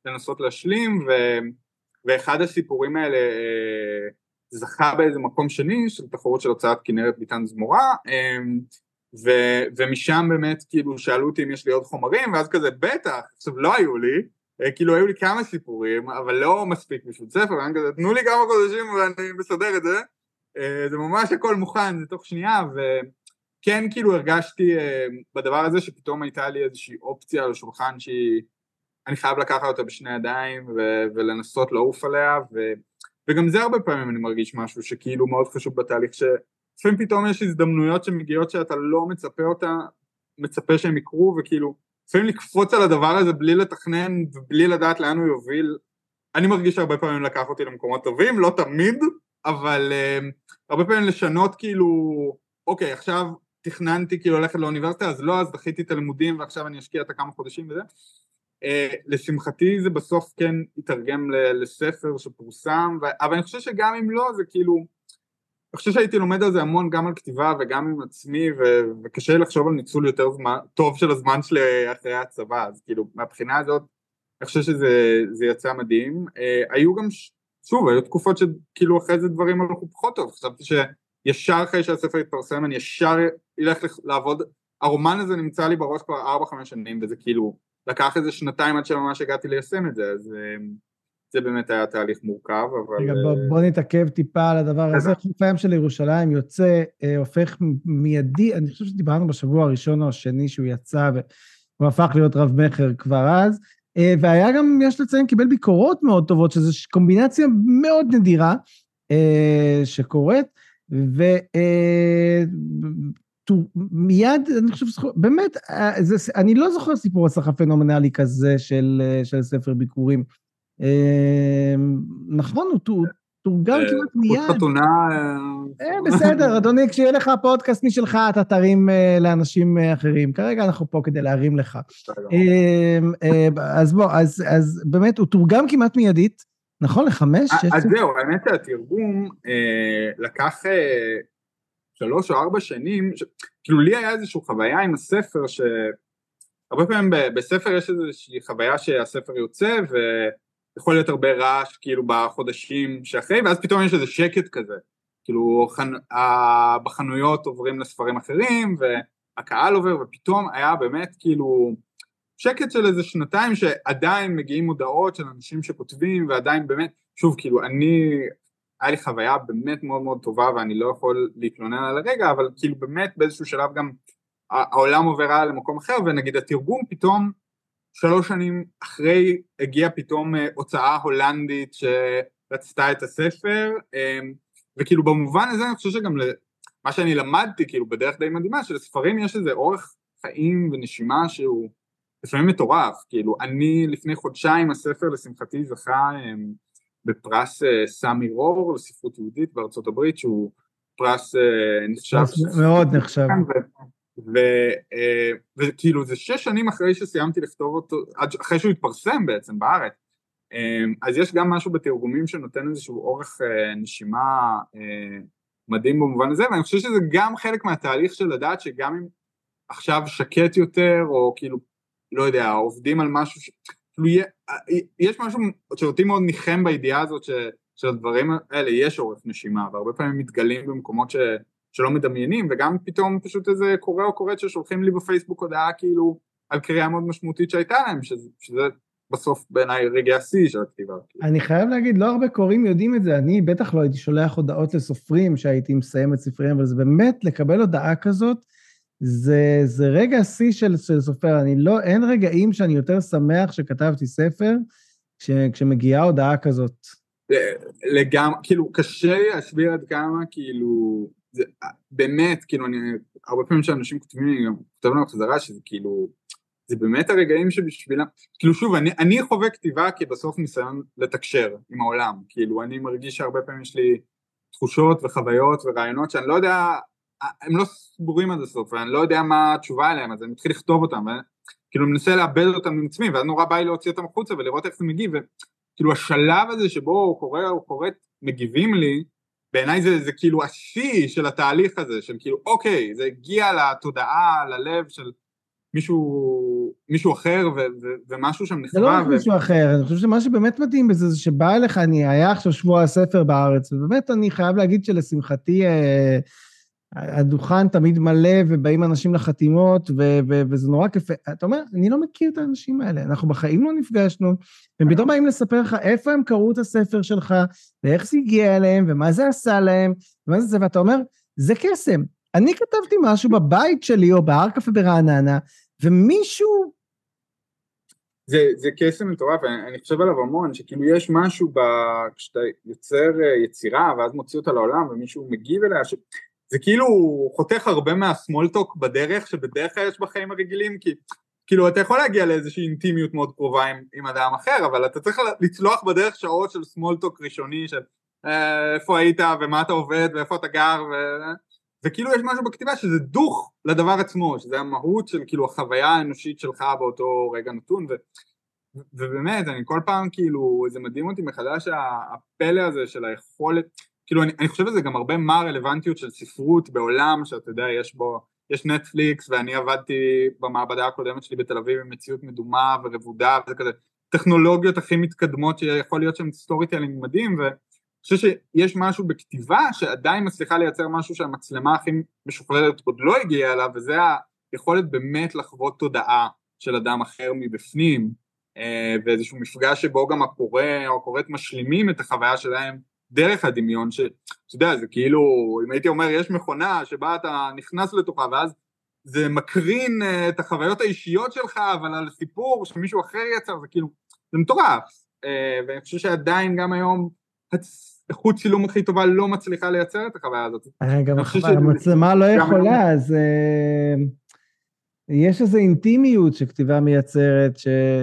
לנסות להשלים, ו, ואחד הסיפורים האלה זכה באיזה מקום שני של תחרות של הוצאת כנרת ביטן זמורה, ו, ומשם באמת כאילו שאלו אותי אם יש לי עוד חומרים, ואז כזה בטח, עכשיו לא היו לי, כאילו היו לי כמה סיפורים, אבל לא מספיק בשביל ספר, ואני כזה, תנו לי כמה חודשים ואני מסדר את זה, זה ממש הכל מוכן, זה תוך שנייה, וכן כאילו הרגשתי בדבר הזה שפתאום הייתה לי איזושהי אופציה על השולחן שהיא, אני חייב לקחת אותה בשני ידיים ו- ולנסות לעוף עליה, ו- וגם זה הרבה פעמים אני מרגיש משהו שכאילו מאוד חשוב בתהליך, שלפעמים פתאום יש הזדמנויות שמגיעות שאתה לא מצפה אותה, מצפה שהם יקרו, וכאילו לפעמים לקפוץ על הדבר הזה בלי לתכנן ובלי לדעת לאן הוא יוביל. אני מרגיש שהרבה פעמים לקח אותי למקומות טובים, לא תמיד, אבל uh, הרבה פעמים לשנות כאילו, אוקיי, עכשיו תכננתי כאילו ללכת לאוניברסיטה, אז לא, אז דחיתי את הלימודים ועכשיו אני אשקיע את הכמה חודשים וזה. Uh, לשמחתי זה בסוף כן יתרגם לספר שפורסם, ו... אבל אני חושב שגם אם לא, זה כאילו, אני חושב שהייתי לומד על זה המון גם על כתיבה וגם עם עצמי, ו... וקשה לחשוב על ניצול יותר זמן, טוב של הזמן שלי אחרי הצבא, אז כאילו מהבחינה הזאת, אני חושב שזה יצא מדהים. Uh, היו גם, שוב, היו תקופות שכאילו אחרי זה דברים הלכו פחות טוב, חשבתי שישר אחרי שהספר יתפרסם, אני ישר ילך לעבוד, הרומן הזה נמצא לי בראש כבר ארבע חמש שנים, וזה כאילו, לקח איזה שנתיים עד שממש הגעתי ליישם את זה, אז זה באמת היה תהליך מורכב, אבל... רגע, בוא, בוא נתעכב טיפה על הדבר הזה. חוף הים של ירושלים יוצא, הופך מיידי, אני חושב שדיברנו בשבוע הראשון או השני שהוא יצא, והוא הפך להיות רב מחר כבר אז, והיה גם, יש לציין, קיבל ביקורות מאוד טובות, שזו קומבינציה מאוד נדירה שקורית, ו... מיד, אני חושב, באמת, זה, אני לא זוכר סיפור הצלחה פנומנלי כזה של, של ספר ביקורים. נכון, הוא תורגם כמעט מיד. חוץ חתונה... בסדר, אדוני, כשיהיה לך פודקאסט משלך, אתה תרים לאנשים אחרים. כרגע אנחנו פה כדי להרים לך. אז בוא, אז באמת, הוא תורגם כמעט מיידית, נכון, לחמש? אז זהו, האמת שהתרגום לקח... שלוש או ארבע שנים, ש... כאילו לי היה איזושהי חוויה עם הספר, שהרבה פעמים ב... בספר יש איזושהי חוויה שהספר יוצא, ויכול להיות הרבה רעש כאילו בחודשים שאחרי, ואז פתאום יש איזה שקט כזה, כאילו חנ... בחנויות עוברים לספרים אחרים, והקהל עובר, ופתאום היה באמת כאילו שקט של איזה שנתיים, שעדיין מגיעים מודעות של אנשים שכותבים, ועדיין באמת, שוב כאילו אני... היה לי חוויה באמת מאוד מאוד טובה, ואני לא יכול להתלונן על הרגע, אבל כאילו באמת באיזשהו שלב גם העולם עוברה למקום אחר, ונגיד התרגום פתאום שלוש שנים אחרי הגיעה פתאום הוצאה הולנדית שרצתה את הספר, וכאילו במובן הזה אני חושב שגם מה שאני למדתי כאילו בדרך די מדהימה, שלספרים יש איזה אורך חיים ונשימה שהוא לפעמים מטורף, כאילו אני לפני חודשיים הספר לשמחתי זכה בפרס סמי רור לספרות יהודית בארצות הברית, שהוא פרס נחשב. מאוד נחשב. וכאילו זה שש שנים אחרי שסיימתי לכתוב אותו, אחרי שהוא התפרסם בעצם בארץ, אז יש גם משהו בתרגומים שנותן איזשהו אורך נשימה מדהים במובן הזה, ואני חושב שזה גם חלק מהתהליך של לדעת שגם אם עכשיו שקט יותר, או כאילו, לא יודע, עובדים על משהו ש... יש משהו שאותי מאוד ניחם בידיעה הזאת של הדברים האלה, יש אורך נשימה, והרבה פעמים מתגלים במקומות ש, שלא מדמיינים, וגם פתאום פשוט איזה קורא או קוראת ששולחים לי בפייסבוק הודעה כאילו על קריאה מאוד משמעותית שהייתה להם, שזה, שזה בסוף בעיניי רגע השיא של הכתיבה. אני חייב להגיד, לא הרבה קוראים יודעים את זה, אני בטח לא הייתי שולח הודעות לסופרים שהייתי מסיים את ספריהם, אבל זה באמת לקבל הודעה כזאת, זה, זה רגע שיא של, של סופר, אני לא, אין רגעים שאני יותר שמח שכתבתי ספר, כש, כשמגיעה הודעה כזאת. לגמרי, כאילו, קשה להסביר עד כמה, כאילו, זה, באמת, כאילו, אני, הרבה פעמים שאנשים כותבים לי, גם כותבים לנו חזרה, שזה כאילו, זה באמת הרגעים שבשבילם, כאילו, שוב, אני, אני חווה כתיבה, כי בסוף ניסיון לתקשר עם העולם, כאילו, אני מרגיש שהרבה פעמים יש לי תחושות וחוויות ורעיונות, שאני לא יודע, הם לא סגורים עד הסוף, ואני לא יודע מה התשובה עליהם, אז אני מתחיל לכתוב אותם, וכאילו מנסה לאבד אותם עם עצמי, ואז נורא בא לי להוציא אותם החוצה, ולראות איך זה מגיב, וכאילו השלב הזה שבו הוא קורא, הוא קוראת, מגיבים לי, בעיניי זה, זה כאילו השיא של התהליך הזה, של כאילו, אוקיי, זה הגיע לתודעה, ללב של, מישהו, מישהו אחר ו, ו, ומשהו שם זה לא נחווה. רק מישהו אחר, אני חושב שמה שבאמת מדהים בזה, זה שבא אליך, אני היה עכשיו שבוע הספר בארץ, ובאמת אני חייב להגיד שלשמחתי, אה, הדוכן תמיד מלא, ובאים אנשים לחתימות, ו- ו- וזה נורא כיף. אתה אומר, אני לא מכיר את האנשים האלה, אנחנו בחיים לא נפגשנו, הם פתאום באים לספר לך איפה הם קראו את הספר שלך, ואיך זה הגיע אליהם, ומה זה עשה להם, ומה זה זה, ואתה אומר, זה קסם. אני כתבתי משהו בבית שלי, או בהר קפה ברעננה, ומישהו... זה, זה קסם מטורף, אני, אני חושב עליו המון, שכאילו יש משהו ב... כשאתה יוצר יצירה, ואז מוציא אותה לעולם, ומישהו מגיב אליה, ש... זה כאילו חותך הרבה מהסמולטוק בדרך, שבדרך כלל יש בחיים הרגילים, כי כאילו אתה יכול להגיע לאיזושהי אינטימיות מאוד קרובה עם, עם אדם אחר, אבל אתה צריך לצלוח בדרך שעות של סמולטוק ראשוני, של אה, איפה היית ומה אתה עובד ואיפה אתה גר, ו... וכאילו יש משהו בכתיבה שזה דוך לדבר עצמו, שזה המהות של כאילו החוויה האנושית שלך באותו רגע נתון, ו... ובאמת אני כל פעם כאילו, זה מדהים אותי מחדש הפלא הזה של היכולת, כאילו אני, אני חושב שזה גם הרבה מה הרלוונטיות של ספרות בעולם שאתה יודע יש בו, יש נטפליקס ואני עבדתי במעבדה הקודמת שלי בתל אביב עם מציאות מדומה ורבודה וזה כזה טכנולוגיות הכי מתקדמות שיכול להיות שם סטוריטלינג מדהים, ואני חושב שיש משהו בכתיבה שעדיין מצליחה לייצר משהו שהמצלמה הכי משוחררת עוד לא הגיעה אליו, וזה היכולת באמת לחוות תודעה של אדם אחר מבפנים, ואיזשהו מפגש שבו גם הקורא או הקוראת משלימים את החוויה שלהם דרך הדמיון, שאתה יודע, זה כאילו, אם הייתי אומר, יש מכונה שבה אתה נכנס לתוכה, ואז זה מקרין את החוויות האישיות שלך, אבל על סיפור שמישהו אחר יצר, זה כאילו, זה מטורף, ואני חושב שעדיין גם היום, איכות צילום הכי טובה לא מצליחה לייצר את החוויה הזאת. גם המצלמה לא יכולה, אז יש איזו אינטימיות שכתיבה מייצרת,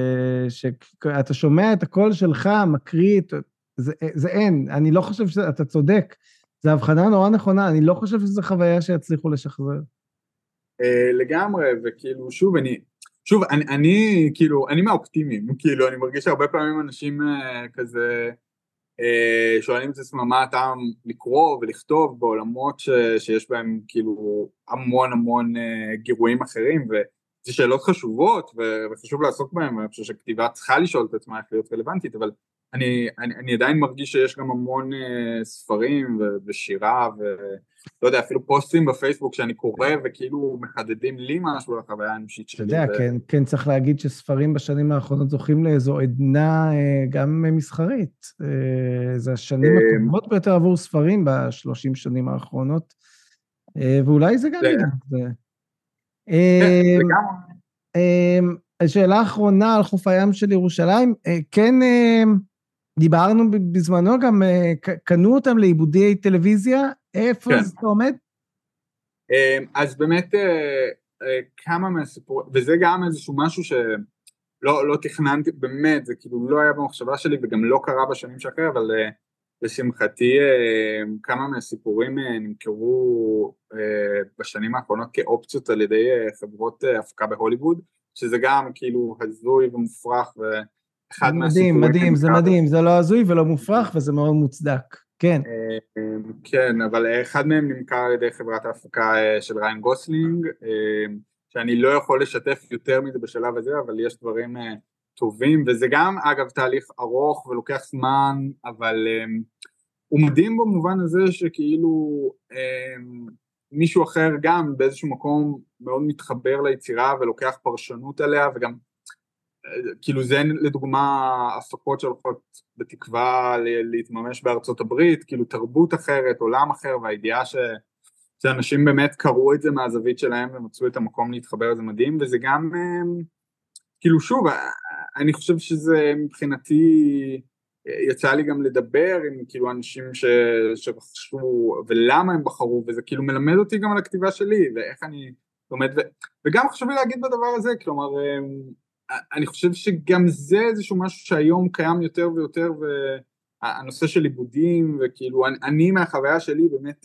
שאתה שומע את הקול שלך, מקריא, זה, זה אין, אני לא חושב שאתה צודק, זו הבחנה נורא נכונה, אני לא חושב שזו חוויה שיצליחו לשחזר. לגמרי, וכאילו, שוב, אני, שוב, אני, אני, כאילו, אני מהאופטימיים, כאילו, אני מרגיש שהרבה פעמים אנשים כזה, שואלים את עצמם מה הטעם לקרוא ולכתוב בעולמות ש, שיש בהם כאילו המון המון גירויים אחרים, וזה שאלות חשובות וחשוב לעסוק בהם, ואני חושב שכתיבה צריכה לשאול את עצמה איך להיות רלוונטית, אבל אני, אני, אני עדיין מרגיש שיש גם המון ספרים ושירה ולא יודע, אפילו פוסטים בפייסבוק שאני קורא וכאילו מחדדים לי משהו על החוויה האנושית שלי. אתה יודע, ו... כן, כן צריך להגיד שספרים בשנים האחרונות זוכים לאיזו עדנה גם מסחרית. זה השנים הטובות ביותר עבור ספרים בשלושים שנים האחרונות, ואולי זה גם זה. זה גם... השאלה האחרונה על חוף הים של ירושלים, כן דיברנו בזמנו גם, קנו אותם לעיבודי טלוויזיה, איפה זה עומד? אז באמת כמה מהסיפור, וזה גם איזשהו משהו שלא לא תכננתי, באמת, זה כאילו לא היה במחשבה שלי וגם לא קרה בשנים שאחרי, אבל לשמחתי כמה מהסיפורים נמכרו בשנים האחרונות כאופציות על ידי חברות הפקה בהוליווד, שזה גם כאילו הזוי ומופרך, ואחד מדהים, מדהים, זה מדהים, זה לא הזוי ולא מופרך וזה מאוד מוצדק, כן. כן, אבל אחד מהם נמכר על ידי חברת ההפקה של ריין גוסלינג, שאני לא יכול לשתף יותר מזה בשלב הזה, אבל יש דברים טובים, וזה גם אגב תהליך ארוך ולוקח זמן, אבל הוא מדהים במובן הזה שכאילו מישהו אחר גם באיזשהו מקום מאוד מתחבר ליצירה ולוקח פרשנות עליה, וגם כאילו זה לדוגמה הפקות שהולכות בתקווה להתממש בארצות הברית, כאילו תרבות אחרת, עולם אחר, והידיעה ש... שאנשים באמת קראו את זה מהזווית שלהם ומצאו את המקום להתחבר, זה מדהים, וזה גם כאילו שוב, אני חושב שזה מבחינתי, יצא לי גם לדבר עם כאילו אנשים ש... שרחשו ולמה הם בחרו, וזה כאילו מלמד אותי גם על הכתיבה שלי ואיך אני לומד, ו... וגם חשוב לי להגיד בדבר הזה, כלומר אני חושב שגם זה איזשהו משהו שהיום קיים יותר ויותר, והנושא של עיבודים, וכאילו אני, אני מהחוויה שלי באמת,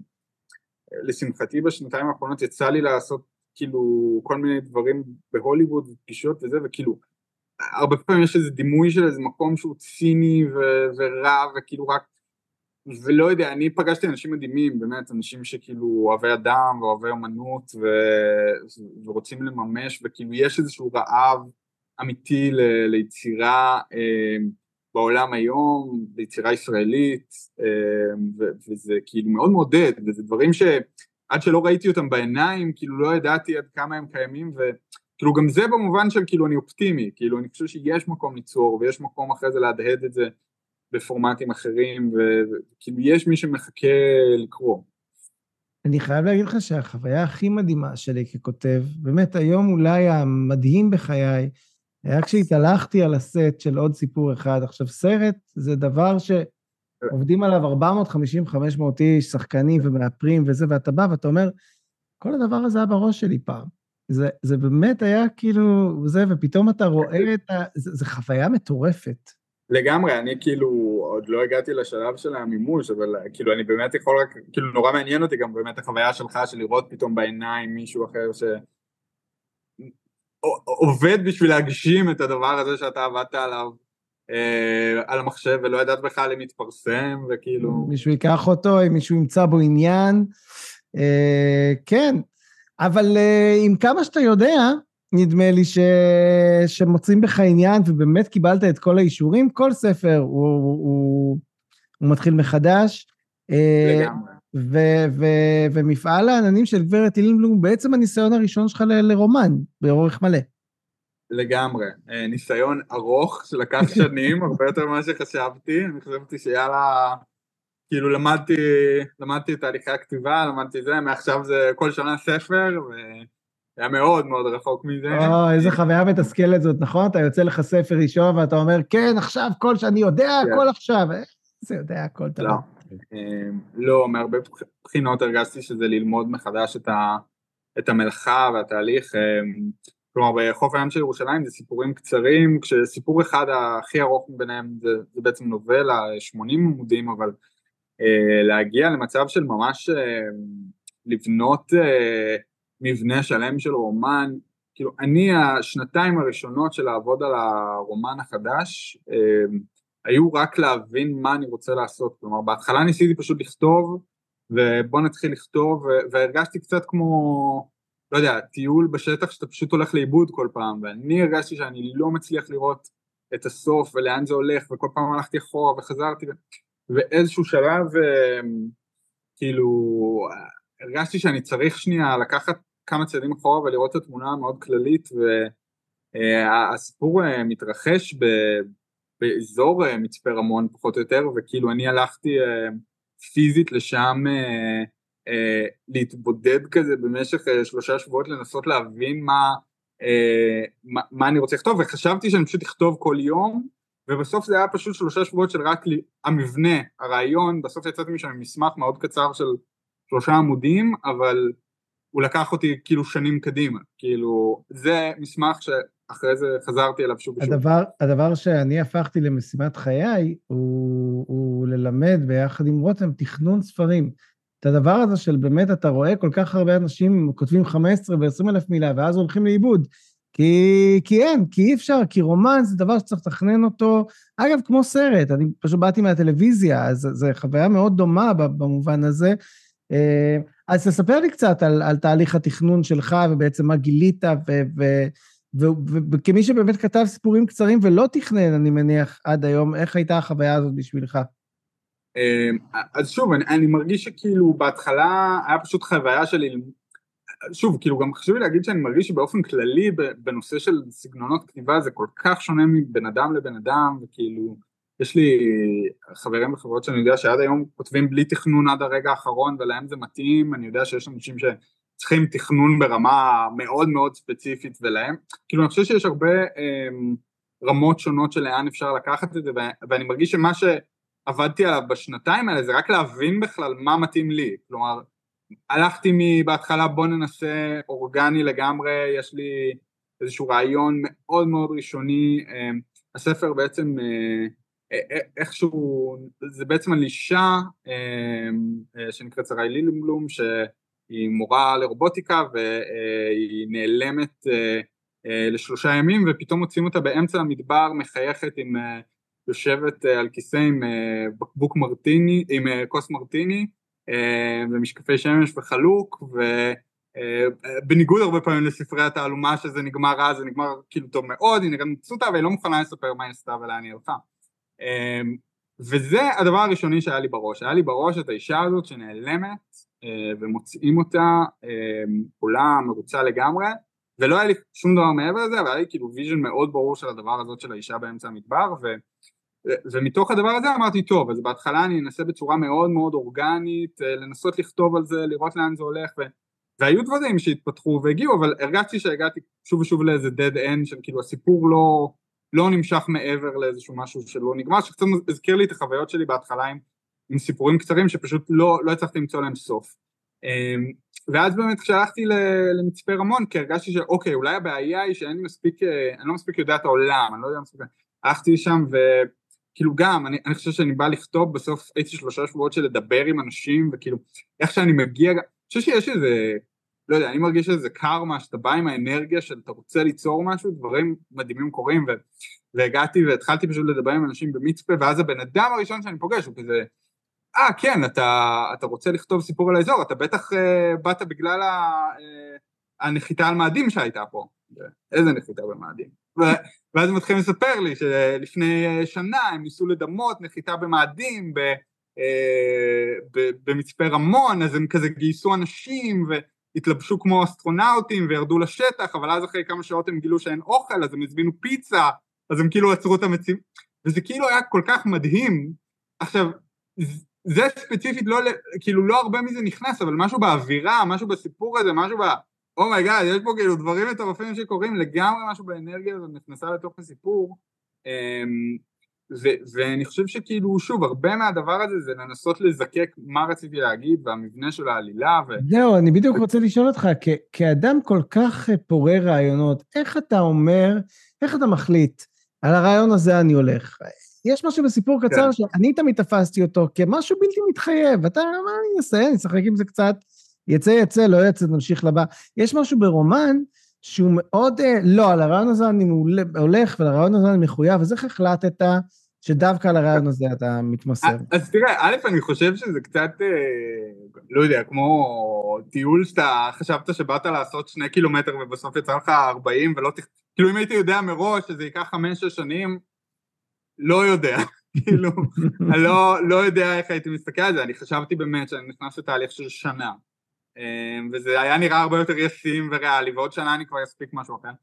לשמחתי בשנתיים האחרונות יצא לי לעשות כאילו כל מיני דברים בהוליווד ופגישות וזה, וכאילו הרבה פעמים יש איזה דימוי של איזה מקום שהוא ציני ו- ורע, וכאילו רק ולא יודע, אני פגשתי אנשים מדהימים, באמת, אנשים שכאילו אוהבי אדם ואוהבי אומנות ו... ורוצים לממש, וכאילו יש איזשהו רעב אמיתי ל... ליצירה אה, בעולם היום, ליצירה ישראלית, אה, ו... וזה כאילו מאוד מעודד, וזה דברים שעד שלא ראיתי אותם בעיניים, כאילו לא ידעתי עד כמה הם קיימים, וכאילו גם זה במובן של כאילו אני אופטימי, כאילו אני חושב שיש מקום ליצור, ויש מקום אחרי זה להדהד את זה, בפורמטים אחרים, וכאילו יש מי שמחכה לקרוא. אני חייב להגיד לך שהחוויה הכי מדהימה שלי ככותב, באמת היום אולי המדהים בחיי, היה כשהתהלכתי על הסט של עוד סיפור אחד. עכשיו סרט זה דבר שעובדים עליו ארבע מאות חמישים חמש מאות איש, שחקנים ומאפרים וזה, ואתה בא ואתה אומר, כל הדבר הזה היה בראש שלי פעם. זה, זה באמת היה כאילו זה, ופתאום אתה רואה את ה... זה, זה חוויה מטורפת. לגמרי, אני כאילו עוד לא הגעתי לשלב של המימוש, אבל כאילו אני באמת יכול רק, כאילו נורא מעניין אותי גם באמת החוויה שלך של לראות פתאום בעיניים מישהו אחר ש... עובד בשביל להגשים את הדבר הזה שאתה עבדת עליו, אה, על המחשב, ולא ידעת בכלל אם יתפרסם, וכאילו... מישהו ייקח אותו, אם מישהו ימצא בו עניין, אה, כן, אבל אה, עם כמה שאתה יודע, נדמה לי ש... שמוצאים בך עניין, ובאמת קיבלת את כל האישורים, כל ספר הוא, הוא, הוא מתחיל מחדש. לגמרי. ו... ו... ומפעל העננים של גברת אילנבלום, בעצם הניסיון הראשון שלך ל... לרומן, באורך מלא. לגמרי. ניסיון ארוך, שלקח שנים, הרבה יותר ממה שחשבתי. אני חשבתי שיאללה, כאילו למדתי, למדתי את תהליכי הכתיבה, למדתי זה, מעכשיו זה כל שנה ספר, ו... היה מאוד מאוד רחוק מזה. או, איזה חוויה מתסכלת זאת, נכון? אתה יוצא לך ספר ראשון, ואתה אומר, כן, עכשיו כל שאני יודע, הכל עכשיו. זה יודע הכל, אתה לא. לא, מהרבה בחינות הרגשתי שזה ללמוד מחדש את המלאכה והתהליך. כלומר, בחוף הים של ירושלים זה סיפורים קצרים, כשסיפור אחד הכי ארוך ביניהם זה בעצם נובלה, שמונים עמודים, אבל להגיע למצב של ממש לבנות מבנה שלם של רומן, כאילו אני השנתיים הראשונות של לעבוד על הרומן החדש, אה, היו רק להבין מה אני רוצה לעשות, כלומר בהתחלה ניסיתי פשוט לכתוב, ובוא נתחיל לכתוב, והרגשתי קצת כמו, לא יודע, טיול בשטח שאתה פשוט הולך לאיבוד כל פעם, ואני הרגשתי שאני לא מצליח לראות את הסוף ולאן זה הולך, וכל פעם הלכתי אחורה וחזרתי, ואיזשהו שלב, אה, כאילו, הרגשתי שאני צריך שנייה לקחת כמה צעדים אחורה ולראות את התמונה המאוד כללית, והסיפור מתרחש באזור מצפה רמון פחות או יותר, וכאילו אני הלכתי פיזית לשם להתבודד כזה במשך שלושה שבועות, לנסות להבין מה, מה, מה אני רוצה לכתוב, וחשבתי שאני פשוט אכתוב כל יום, ובסוף זה היה פשוט שלושה שבועות של רק המבנה, הרעיון, בסוף יצאתי משם עם מסמך מאוד קצר של שלושה עמודים, אבל הוא לקח אותי כאילו שנים קדימה, כאילו זה מסמך שאחרי זה חזרתי אליו שוב ושוב. הדבר, הדבר שאני הפכתי למשימת חיי, הוא, הוא ללמד ביחד עם רותם תכנון ספרים. את הדבר הזה של באמת אתה רואה כל כך הרבה אנשים כותבים חמש עשרה ו-עשרים אלף מילה, ואז הולכים לאיבוד, כי, כי אין, כי אי אפשר, כי רומן זה דבר שצריך לתכנן אותו, אגב כמו סרט, אני פשוט באתי מהטלוויזיה, אז זו חוויה מאוד דומה במובן הזה, אז תספר לי קצת על, על תהליך התכנון שלך, ובעצם מה גילית, וכמי שבאמת כתב סיפורים קצרים ולא תכנן, אני מניח, עד היום, איך הייתה החוויה הזאת בשבילך? אז שוב, אני, אני מרגיש שכאילו בהתחלה היה פשוט חוויה שלי, שוב, כאילו גם חשוב לי להגיד שאני מרגיש שבאופן כללי בנושא של סגנונות כתיבה זה כל כך שונה מבן אדם לבן אדם, וכאילו יש לי חברים וחברות שאני יודע שעד היום כותבים בלי תכנון עד הרגע האחרון, ולהם זה מתאים. אני יודע שיש אנשים שצריכים תכנון ברמה מאוד מאוד ספציפית, ולהם, כאילו אני חושב שיש הרבה אה, רמות שונות של לאן אפשר לקחת את זה, ואני מרגיש שמה שעבדתי עליו בשנתיים האלה, זה רק להבין בכלל מה מתאים לי. כלומר, הלכתי מבהתחלה בוא ננסה אורגני לגמרי, יש לי איזשהו רעיון מאוד מאוד ראשוני, אה, הספר בעצם, אה, איכשהו, זה בעצם על אישה שנקראת שרי לילנבלום, שהיא מורה לרובוטיקה, והיא נעלמת לשלושה ימים, ופתאום מוצאים אותה באמצע המדבר, מחייכת עם יושבת על כיסא עם בקבוק מרטיני, עם כוס מרטיני, ומשקפי שמש וחלוק, ובניגוד הרבה פעמים לספרי התעלומה שזה נגמר רע, זה נגמר כאילו טוב מאוד, היא נראית מבסוטה, והיא לא מוכנה לספר מה היא עשתה ולאן היא הלכה. וזה הדבר הראשוני שהיה לי בראש, היה לי בראש את האישה הזאת שנעלמת, ומוצאים אותה, כולה מרוצה לגמרי, ולא היה לי שום דבר מעבר לזה, אבל היה לי כאילו ויז'ן מאוד ברור של הדבר הזאת של האישה באמצע המדבר, ו... ומתוך הדבר הזה אמרתי, טוב, אז בהתחלה אני אנסה בצורה מאוד מאוד אורגנית, לנסות לכתוב על זה, לראות לאן זה הולך, ו... והיו דברים שהתפתחו והגיעו, אבל הרגשתי שהגעתי שוב ושוב לאיזה dead end, של כאילו הסיפור לא, לא נמשך מעבר לאיזשהו משהו שלא נגמר, שקצת הזכיר לי את החוויות שלי בהתחלה עם, עם סיפורים קצרים, שפשוט לא, לא הצלחתי למצוא להם סוף. ואז באמת כשהלכתי למצפה רמון, כי הרגשתי שאוקיי, אולי הבעיה היא שאני מספיק, אני לא מספיק יודע את העולם, אני לא יודע מספיק, הלכתי שם וכאילו גם, אני, אני חושב שאני בא לכתוב, בסוף הייתי שלושה שבועות של לדבר עם אנשים, וכאילו, איך שאני מגיע, אני חושב שיש איזה, לא יודע, אני מרגיש איזה קרמה, שאתה בא עם האנרגיה של אתה רוצה ליצור משהו, דברים מדהימים קורים, ו, והגעתי והתחלתי פשוט לדבר עם אנשים במצפה, ואז הבן אדם הראשון שאני פוגש, הוא כזה, אה, כן, אתה, אתה רוצה לכתוב סיפור על האזור, אתה בטח uh, באת בגלל ה, uh, הנחיתה על מאדים שהייתה פה. איזה נחיתה במאדים? ואז הם מתחילים לספר לי שלפני שנה הם ניסו לדמות נחיתה במאדים ב, uh, ב, במצפה רמון, אז הם כזה גייסו אנשים והתלבשו כמו אסטרונאוטים וירדו לשטח, אבל אז אחרי כמה שעות הם גילו שאין אוכל, אז הם הזמינו פיצה, אז הם כאילו עצרו את המציאות, וזה כאילו היה כל כך מדהים. עכשיו, זה ספציפית, לא, כאילו לא הרבה מזה נכנס, אבל משהו באווירה, משהו בסיפור הזה, משהו ב... אומייגאד, יש פה כאילו דברים מטורפים שקורים, לגמרי משהו באנרגיה הזאת נכנסה לתוך הסיפור, ו- ואני חושב שכאילו, שוב, הרבה מהדבר הזה זה לנסות לזקק מה רציתי להגיד, והמבנה של העלילה, ו... זהו, אני בדיוק רוצה לשאול אותך, כ- כאדם כל כך פורה רעיונות, איך אתה אומר, איך אתה מחליט, על הרעיון הזה אני הולך? יש משהו בסיפור קצר שאני תמיד תפסתי אותו כמשהו בלתי מתחייב, אתה, מה אני אעשה, אני אשחק עם זה קצת, יצא יצא, לא יצא, נמשיך לבא. יש משהו ברומן שהוא מאוד, לא, על הרעיון הזה אני הולך, ועל הרעיון הזה אני מחויב, אז איך החלטת שדווקא על הרעיון הזה אתה מתמסר? אז תראה, א', אני חושב שזה קצת, לא יודע, כמו טיול שאתה חשבת שבאת לעשות שני קילומטר, ובסוף יצא לך ארבעים, ולא, כאילו אם הייתי יודע מראש שזה ייקח חמש שש שנים, לא יודע, כאילו, אני לא, לא יודע איך הייתי מסתכל על זה, אני חשבתי באמת שאני נכנס לתהליך של שנה, וזה היה נראה הרבה יותר ישים וריאלי, ועוד שנה אני כבר אספיק משהו אחר.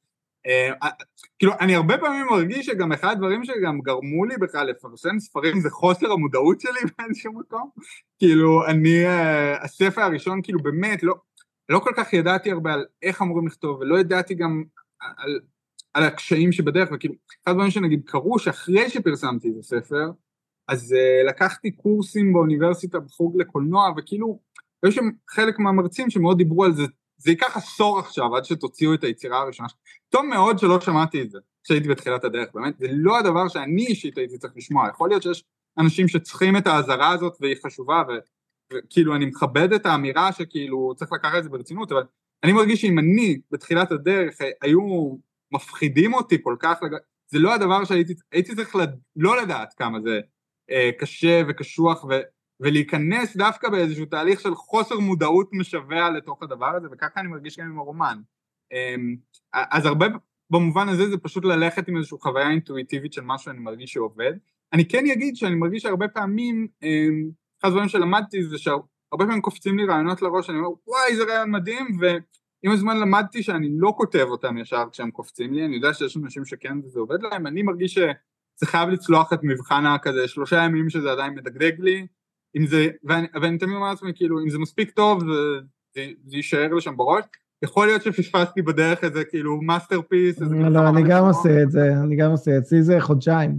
כאילו, אני הרבה פעמים מרגיש שגם אחד הדברים שגם גרמו לי בכלל לפרסם ספרים, זה חוסר המודעות שלי באיזשהו מקום, כאילו, אני, הספר הראשון, כאילו, באמת, לא, לא כל כך ידעתי הרבה על איך אמורים לכתוב, ולא ידעתי גם על... על הקשיים שבדרך, וכאילו, אחד הדברים שנגיד קרו, שאחרי שפרסמתי את הספר, אז uh, לקחתי קורסים באוניברסיטה בחוג לקולנוע, וכאילו, היו שם חלק מהמרצים שמאוד דיברו על זה, זה ייקח עשור עכשיו, עד שתוציאו את היצירה הראשונה. טוב מאוד שלא שמעתי את זה, כשהייתי בתחילת הדרך, באמת, זה לא הדבר שאני אישית הייתי צריך לשמוע, יכול להיות שיש אנשים שצריכים את ההזרה הזאת, והיא חשובה, ו- וכאילו, אני מכבד את האמירה שכאילו, צריך לקחת את זה ברצינות, אבל אני מרגיש שאם אני, בתחילת הדרך, היו מפחידים אותי כל כך, זה לא הדבר שהייתי הייתי צריך לד... לא לדעת כמה זה אה, קשה וקשוח, ו... ולהיכנס דווקא באיזשהו תהליך של חוסר מודעות משווה לתוך הדבר הזה, וככה אני מרגיש גם עם הרומן. אה, אז הרבה במובן הזה זה פשוט ללכת עם איזושהי חוויה אינטואיטיבית של משהו שאני מרגיש שעובד. אני כן אגיד שאני מרגיש שהרבה פעמים, אה, אחד הדברים שלמדתי זה שהרבה פעמים קופצים לי רעיונות לראש, אני אומר, וואי, זה רעיון מדהים, ו... עם הזמן למדתי שאני לא כותב אותם ישר כשהם קופצים לי, אני יודע שיש אנשים שכן וזה עובד להם, אני מרגיש שזה חייב לצלוח את מבחן כזה שלושה ימים שזה עדיין מדגדג לי, אם זה, ואני, ואני תמיד אומר לעצמי, כאילו, אם זה מספיק טוב, זה, זה, זה יישאר לשם בראש, יכול להיות שפספסתי בדרך איזה, כאילו, מאסטרפיס, איזה... לא, אני גם עושה את זה, אני גם עושה את זה, זה חודשיים.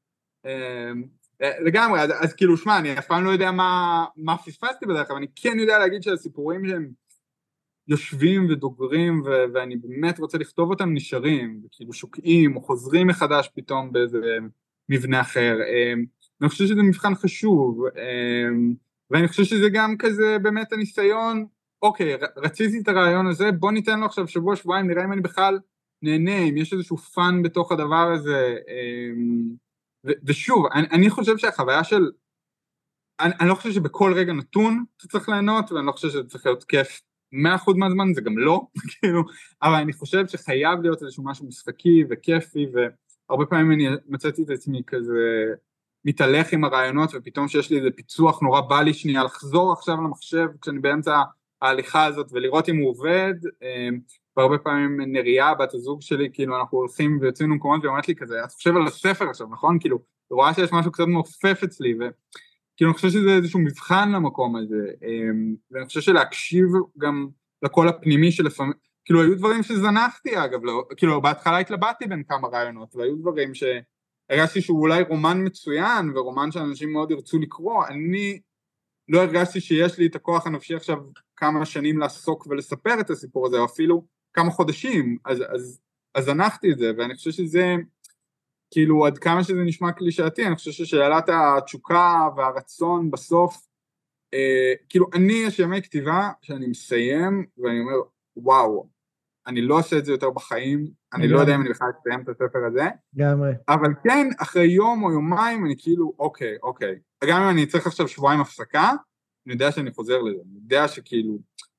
לגמרי, אז, אז כאילו, שמה, אני אף פעם לא יודע מה, מה פספסתי בדרך, אבל אני כן יודע להגיד שהסיפורים שהם יושבים ודוגרים, ו- ואני באמת רוצה לכתוב אותם נשארים, וכאילו שוקעים, או חוזרים מחדש פתאום באיזה מבנה אחר. אני חושב שזה מבחן חשוב, ואני חושב שזה גם כזה באמת הניסיון, אוקיי, רציתי את הרעיון הזה, בוא ניתן לו עכשיו שבוע, שבועיים, נראה אם אני בכלל נהנה, אם יש איזשהו פן בתוך הדבר הזה, ו- ושוב, אני, אני חושב שהחוויה של, אני, אני לא חושב שבכל רגע נתון אתה צריך ליהנות, ואני לא חושב שזה צריך להיות כיף מאה אחוז מהזמן, זה גם לא, כאילו, אבל אני חושב שחייב להיות איזשהו משהו משחקי וכיפי, והרבה פעמים אני מצאתי את עצמי כזה מתהלך עם הרעיונות, ופתאום שיש לי איזה פיצוח נורא בא לי שנייה לחזור עכשיו למחשב, כשאני באמצע ההליכה הזאת, ולראות אם הוא עובד, והרבה פעמים נריה, בת הזוג שלי, כאילו אנחנו הולכים ויוצאים למקומות, והיא אומרת לי כזה, את חושב על הספר עכשיו, נכון? כאילו, היא רואה שיש משהו קצת מעופף אצלי, וכאילו אני חושב שזה איזשהו מבחן למקום הזה, ואני חושב שלהקשיב גם לקול הפנימי שלפעמים, כאילו היו דברים שזנחתי אגב, לא, כאילו בהתחלה התלבטתי בין כמה רעיונות, והיו דברים שהרגשתי שהוא אולי רומן מצוין, ורומן שאנשים מאוד ירצו לקרוא, אני לא הרגשתי שיש לי את הכוח הנפשי עכשיו כמה שנים לעסוק ולספר את הסיפור הזה, או אפילו כמה חודשים, אז, אז, אז זנחתי את זה, ואני חושב שזה, כאילו עד כמה שזה נשמע קלישאתי, אני חושב ששאלת התשוקה והרצון בסוף, אה, כאילו אני יש ימי כתיבה שאני מסיים, ואני אומר, וואו, אני לא עושה את זה יותר בחיים, אני לא יודע אם אני בכלל אסיים את הספר הזה, גמרי. אבל כן, אחרי יום או יומיים אני כאילו, אוקיי, אוקיי, גם אם אני צריך עכשיו שבועיים הפסקה, אני יודע שאני חוזר לזה, אני יודע שכאילו,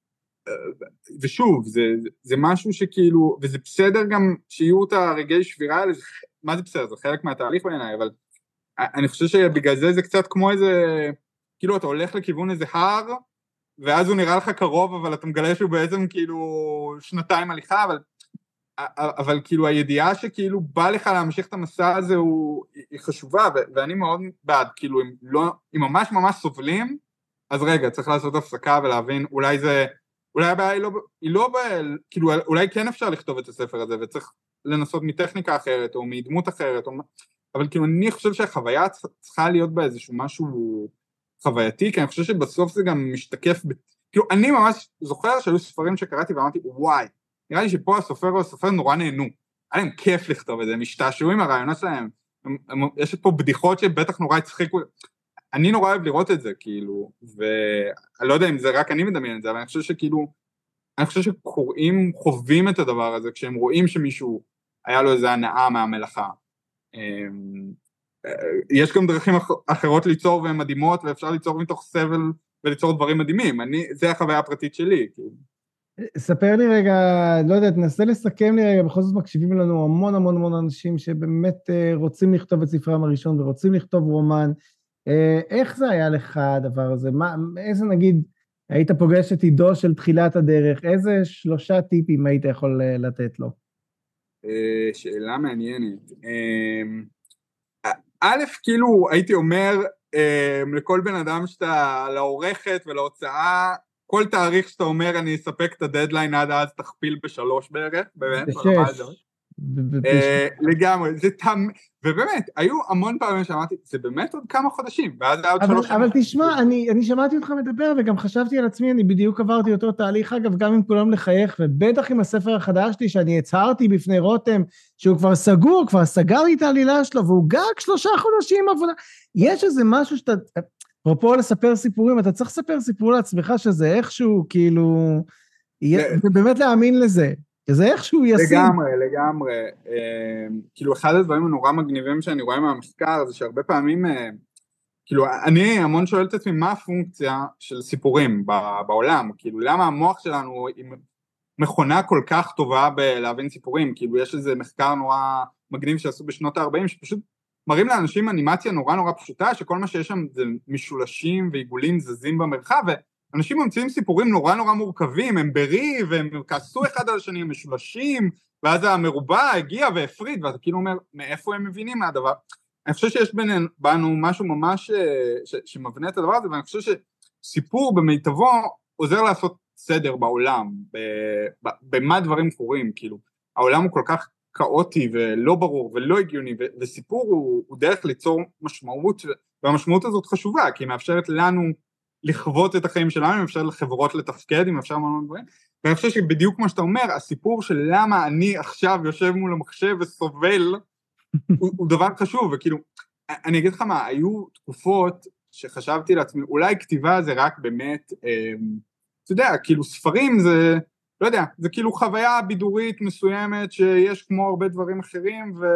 ושוב, זה, זה משהו שכאילו, וזה בסדר גם שיהיו את הרגעי שבירה האלה, מה זה בסדר? זה חלק מהתהליך בעיניי, אבל אני חושב שבגלל זה זה קצת כמו איזה, כאילו אתה הולך לכיוון איזה הר, ואז הוא נראה לך קרוב, אבל אתה מגלה שהוא בעצם כאילו שנתיים הליכה, אבל, אבל כאילו הידיעה שכאילו בא לך להמשיך את המסע הזה הוא, היא חשובה, ואני מאוד בעד, כאילו אם, לא, אם ממש ממש סובלים, אז רגע, צריך לעשות הפסקה ולהבין, אולי זה, אולי הבעיה היא לא, היא לא כאילו אולי כן אפשר לכתוב את הספר הזה, וצריך לנסות מטכניקה אחרת, או מדמות אחרת, או, אבל כאילו אני חושב שהחוויה צריכה להיות בה איזשהו משהו חווייתי, כי אני חושב שבסוף זה גם משתקף, ב... כאילו אני ממש זוכר שהיו ספרים שקראתי ואמרתי, וואי, נראה לי שפה הסופר או הסופר נורא נהנו, היה להם כיף לכתוב את זה, משתעשעו עם הרעיונות שלהם, הם, הם, יש פה בדיחות שבטח נורא הצחיקו, אני נורא אוהב לראות את זה, כאילו, ואני לא יודע אם זה רק אני מדמיין את זה, אבל אני חושב שכאילו, אני חושב שקוראים חווים את הדבר הזה, כשהם רואים שמישהו היה לו איזו הנאה מהמלאכה, יש גם דרכים אחרות ליצור והן מדהימות, ואפשר ליצור מתוך סבל וליצור דברים מדהימים, אני, זה החוויה הפרטית שלי. ספר לי רגע, לא יודע, תנסה לסכם לי רגע, בכל זאת מקשיבים לנו המון המון המון אנשים שבאמת רוצים לכתוב את ספרם הראשון, ורוצים לכתוב רומן, איך זה היה לך הדבר הזה? מה, איזה נגיד, היית פוגש את עידו של תחילת הדרך, איזה שלושה טיפים היית יכול לתת לו? שאלה מעניינת. א', כאילו הייתי אומר לכל בן אדם שאתה לעורכת ולהוצאה, כל תאריך שאתה אומר אני אספק את הדדליין עד אז תכפיל בשלוש בערך, באמת, ברמה הזאת. לגמרי, זה תם, ובאמת, היו המון פעמים שאמרתי, זה באמת עוד כמה חודשים, ואז היה עוד שלוש שנים. אבל תשמע, אני שמעתי אותך מדבר, וגם חשבתי על עצמי, אני בדיוק עברתי אותו תהליך, אגב, גם עם כולם לחייך, ובטח עם הספר החדש שלי, שאני הצהרתי בפני רותם, שהוא כבר סגור, כבר סגר לי את העלילה שלו, והוא גג שלושה חודשים עבודה. יש איזה משהו שאתה, אפרופו לספר סיפורים, אתה צריך לספר סיפור לעצמך, שזה איכשהו, כאילו, באמת להאמין לזה. זה איכשהו ישים. לגמרי, לגמרי. כאילו, אחד הדברים הנורא מגניבים שאני רואה מהמחקר, זה שהרבה פעמים, כאילו, אני המון שואל את עצמי, מה הפונקציה של סיפורים בעולם? כאילו, למה המוח שלנו היא מכונה כל כך טובה בלהבין סיפורים? כאילו, יש איזה מחקר נורא מגניב שעשו בשנות ה-ארבעים, שפשוט מראים לאנשים אנימציה נורא נורא פשוטה, שכל מה שיש שם זה משולשים ועיגולים זזים במרחב, אנשים ממציאים סיפורים נורא נורא מורכבים, הם בריב, והם כעסו אחד על השני, הם משולשים, ואז המרובע הגיע והפריד, ואתה כאילו אומר, מאיפה הם מבינים מהדבר? אני חושב שיש בנו משהו ממש ש, שמבנה את הדבר הזה, ואני חושב שסיפור במיטבו עוזר לעשות סדר בעולם, במה דברים קורים, כאילו, העולם הוא כל כך כאוטי ולא ברור ולא הגיוני, ו, וסיפור הוא, הוא דרך ליצור משמעות, והמשמעות הזאת חשובה, כי היא מאפשרת לנו לחוות את החיים שלנו, אם אפשר לחברות לתפקד, אם אפשר מאוד דברים, ואני חושב שבדיוק כמו שאתה אומר, הסיפור של למה אני עכשיו יושב מול המחשב וסובל, הוא, הוא דבר חשוב, וכאילו, אני אגיד לך מה, היו תקופות שחשבתי לעצמי, אולי כתיבה זה רק באמת, אה, אתה יודע, כאילו ספרים זה, לא יודע, זה כאילו חוויה בידורית מסוימת, שיש כמו הרבה דברים אחרים, ו,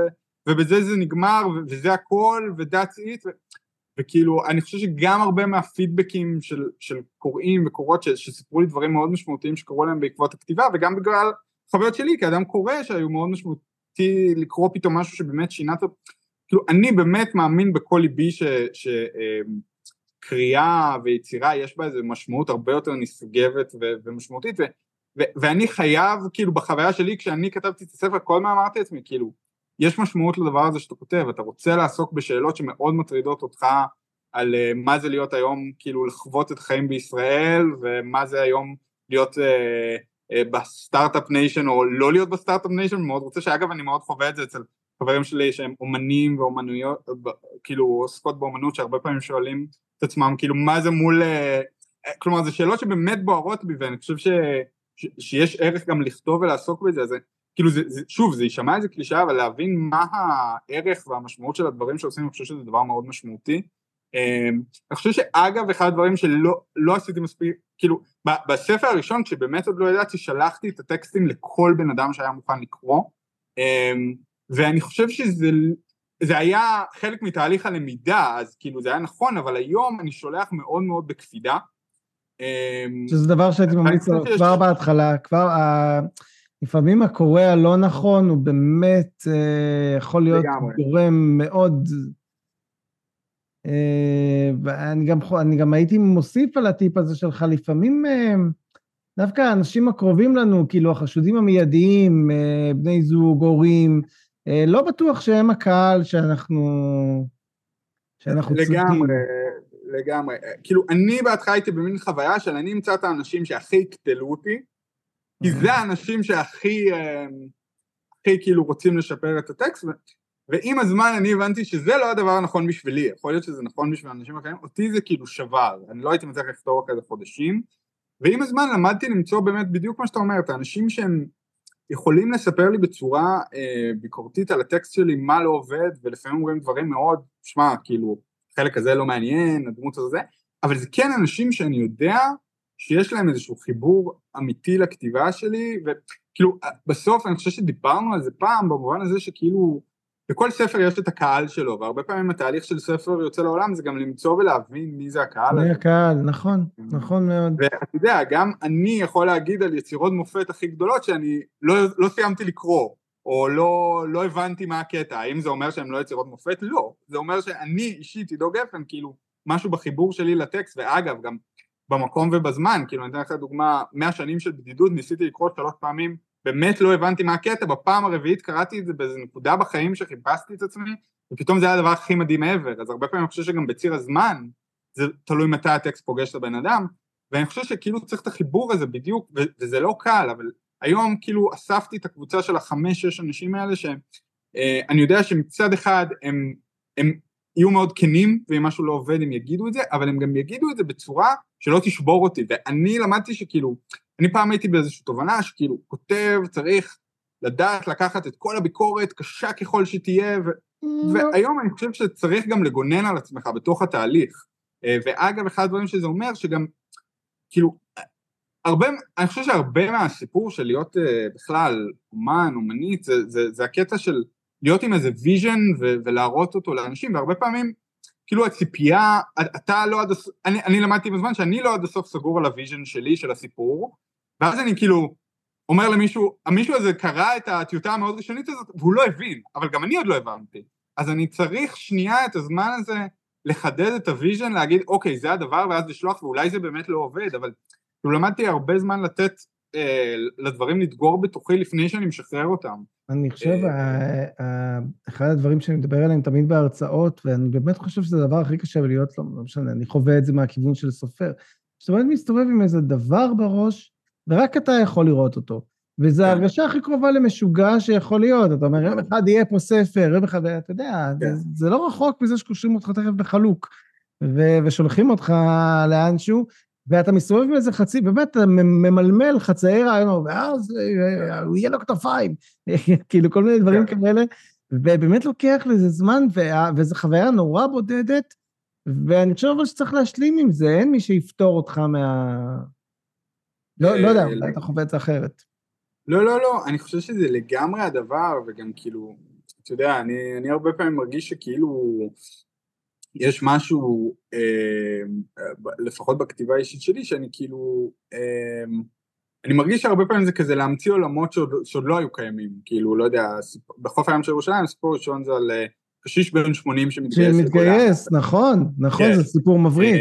ובזה זה נגמר, וזה הכל, ו-that's it, ו... וכאילו, אני חושב שגם הרבה מהפידבקים של, של קוראים וקוראות ש, שסיפרו לי דברים מאוד משמעותיים שקראו להם בעקבות הכתיבה, וגם בגלל חוויות שלי, כאדם קורא שהיו מאוד משמעותי לקרוא פתאום משהו שבאמת שינת, כאילו, אני באמת מאמין בכל ליבי שקריאה ויצירה יש בה איזו משמעות הרבה יותר נשגבת ו, ומשמעותית, ו, ו, ואני חייב, כאילו, בחוויה שלי, כשאני כתבתי את הספר, כל מה אמרתי לעצמי, כאילו, יש משמעות לדבר הזה שאתה כותב, אתה רוצה לעסוק בשאלות שמאוד מטרידות אותך, על uh, מה זה להיות היום, כאילו לחוות את חיים בישראל, ומה זה היום להיות uh, uh, בסטארט-אפ ניישן, או לא להיות בסטארט-אפ ניישן, מאוד רוצה שאגב אני מאוד חווה את זה אצל חברים שלי שהם אומנים ואומנויות, כאילו עוסקות באומנות, שהרבה פעמים שואלים את עצמם, כאילו מה זה מול, uh, כלומר זה שאלות שבאמת בוערות בי, ואני חושב ש, ש, שיש ערך גם לכתוב ולעסוק בזה, אז כאילו זה, זה, שוב, זה יישמע איזה קלישה, אבל להבין מה הערך והמשמעות של הדברים שעושים, אני חושב שזה דבר מאוד משמעותי. אני חושב שאגב, אחד הדברים שלא לא עשיתי מספיק, כאילו, בספר הראשון, כשבאמת עוד לא ידעתי, שלחתי את הטקסטים לכל בן אדם שהיה מוכן לקרוא, ואני חושב שזה זה היה חלק מתהליך הלמידה, אז כאילו זה היה נכון, אבל היום אני שולח מאוד מאוד בקפידה. שזה דבר שהייתי ממליץ כבר בהתחלה, כבר לפעמים הקורא הלא נכון, הוא באמת יכול להיות גורם מאוד, ואני גם, אני גם הייתי מוסיף על הטיפ הזה שלך, לפעמים דווקא האנשים הקרובים לנו, כאילו החשודים המיידיים, בני זוג, הורים, לא בטוח שהם הקהל שאנחנו, שאנחנו צריכים. לגמרי, לגמרי. כאילו אני בהתחלה הייתי במין חוויה של אני אמצא את האנשים שהכי קטלו אותי, כי זה האנשים שהכי, הכי כאילו רוצים לשפר את הטקסט, ועם הזמן אני הבנתי שזה לא הדבר הנכון בשבילי, יכול להיות שזה נכון בשביל אנשים אחרים, אותי זה כאילו שבר, אני לא הייתי מצליח לכתוב כזה חודשים, ועם הזמן למדתי למצוא באמת בדיוק מה שאתה אומר, את האנשים שהם יכולים לספר לי בצורה אה, ביקורתית על הטקסט שלי, מה לא עובד, ולפעמים אומרים דברים מאוד, שמה, כאילו, חלק הזה לא מעניין, הדמות הזה, אבל זה כן אנשים שאני יודע, שיש להם איזשהו חיבור אמיתי לכתיבה שלי, וכאילו, בסוף אני חושב שדיברנו על זה פעם, במובן הזה שכאילו, בכל ספר יש את הקהל שלו, והרבה פעמים התהליך של ספר יוצא לעולם, זה גם למצוא ולהבין מי זה הקהל. מי הקהל, נכון, נכון מאוד. ואתה יודע, גם אני יכול להגיד על יצירות מופת הכי גדולות, שאני לא, לא סיימתי לקרוא, או לא, לא הבנתי מה הקטע, האם זה אומר שהן לא יצירות מופת? לא, זה אומר שאני אישית, עידו גפן, כאילו, משהו בחיבור שלי לטקסט, ואגב, גם במקום ובזמן, כאילו אני אתן לך דוגמה, מאה שנים של בדידות, ניסיתי לקרוא שלוש פעמים, באמת לא הבנתי מה הקטע, בפעם הרביעית קראתי את זה באיזו נקודה בחיים שחיפשתי את עצמי, ופתאום זה היה הדבר הכי מדהים מעבר, אז הרבה פעמים אני חושב שגם בציר הזמן, זה תלוי מתי הטקסט פוגש את הבן אדם, ואני חושב שכאילו צריך את החיבור הזה בדיוק, וזה לא קל, אבל היום כאילו אספתי את הקבוצה של החמש, שש אנשים האלה, שאני יודע שמצד אחד הם, הם יהיו מאוד כנים, ואם משהו לא עובד הם יגידו את זה, אבל הם גם יגידו את זה בצורה שלא תשבור אותי, ואני למדתי שכאילו, אני פעם הייתי באיזושהי תובנה שכאילו כותב צריך לדעת לקחת את כל הביקורת קשה ככל שתהיה, ו... והיום אני חושב שצריך גם לגונן על עצמך בתוך התהליך, ואגב אחד הדברים שזה אומר שגם כאילו, הרבה, אני חושב שהרבה מהסיפור של להיות בכלל אומן, אומנית, זה, זה, זה הקטע של להיות עם איזה ויז'ן ו... ולהראות אותו לאנשים, והרבה פעמים כאילו הציפייה, אתה לא עד הסוף, אני, אני למדתי בזמן שאני לא עד הסוף סגור על הוויז'ן שלי, של הסיפור, ואז אני כאילו אומר למישהו, המישהו הזה קרא את הטיוטה המאוד ראשונית הזאת, והוא לא הבין, אבל גם אני עוד לא הבנתי, אז אני צריך שנייה את הזמן הזה, לחדד את הוויז'ן, להגיד אוקיי זה הדבר, ואז לשלוח, ואולי זה באמת לא עובד, אבל כאילו למדתי הרבה זמן לתת אה, לדברים לדגור בתוכי, לפני שאני משחרר אותם. אני חושב, אחד הדברים שאני מדבר עליהם תמיד בהרצאות, ואני באמת חושב שזה הדבר הכי קשה להיות, לא משנה, אני חווה את זה מהכיוון של סופר, שאתה באמת מסתובב עם איזה דבר בראש, ורק אתה יכול לראות אותו, וזו ההרגשה הכי קרובה למשוגע שיכול להיות, אתה אומר, יום אחד יהיה פה ספר, יום אחד, אתה יודע, זה לא רחוק מזה שקושרים אותך תכף בחלוק, ושולחים אותך לאנשהו, ואתה מסתובב עם איזה חצי, באמת אתה ממלמל חצאי רעיונות, ואז הוא יהיה לו כתפיים, כאילו כל מיני דברים כאלה, ובאמת לוקח לזה זמן, וזו חוויה נורא בודדת, ואני חושב אבל שצריך להשלים עם זה, אין מי שיפתור אותך מה... לא יודע, אתה חווה את זה אחרת. לא, לא, לא, אני חושב שזה לגמרי הדבר, וגם כאילו, אתה יודע, אני, אני הרבה פעמים מרגיש שכאילו יש משהו, אה, לפחות בכתיבה האישית שלי, שאני כאילו, אה, אני מרגיש שהרבה פעמים זה כזה להמציא עולמות שעוד, שעוד לא היו קיימים, כאילו, לא יודע, בחוף הים של ירושלים, הסיפור ראשון זה על קשיש בן שמונים שמתגייס. שמתגייס, נכון, נכון, זה סיפור מבריק.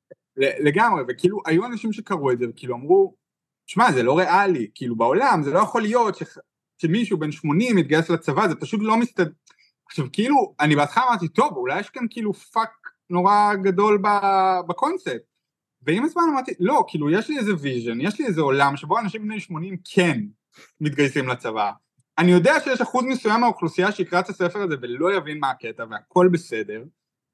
לגמרי, וכאילו, היו אנשים שקראו את זה, וכאילו אמרו, שמע, זה לא ריאלי, כאילו, בעולם, זה לא יכול להיות שמישהו בן שמונים מתגייס לצבא, זה פשוט לא מסתד... עכשיו, כאילו, אני בהתחלה אמרתי, טוב, אולי יש כאן כאילו פאק נורא גדול בקונספט, ועם הזמן אמרתי, לא, כאילו, יש לי איזה ויז'ן, יש לי איזה עולם שבו אנשים בני שמונים כן מתגייסים לצבא. אני יודע שיש אחוז מסוים מהאוכלוסייה שיקרא את הספר הזה ולא יבין מה הקטע, והכל בסדר,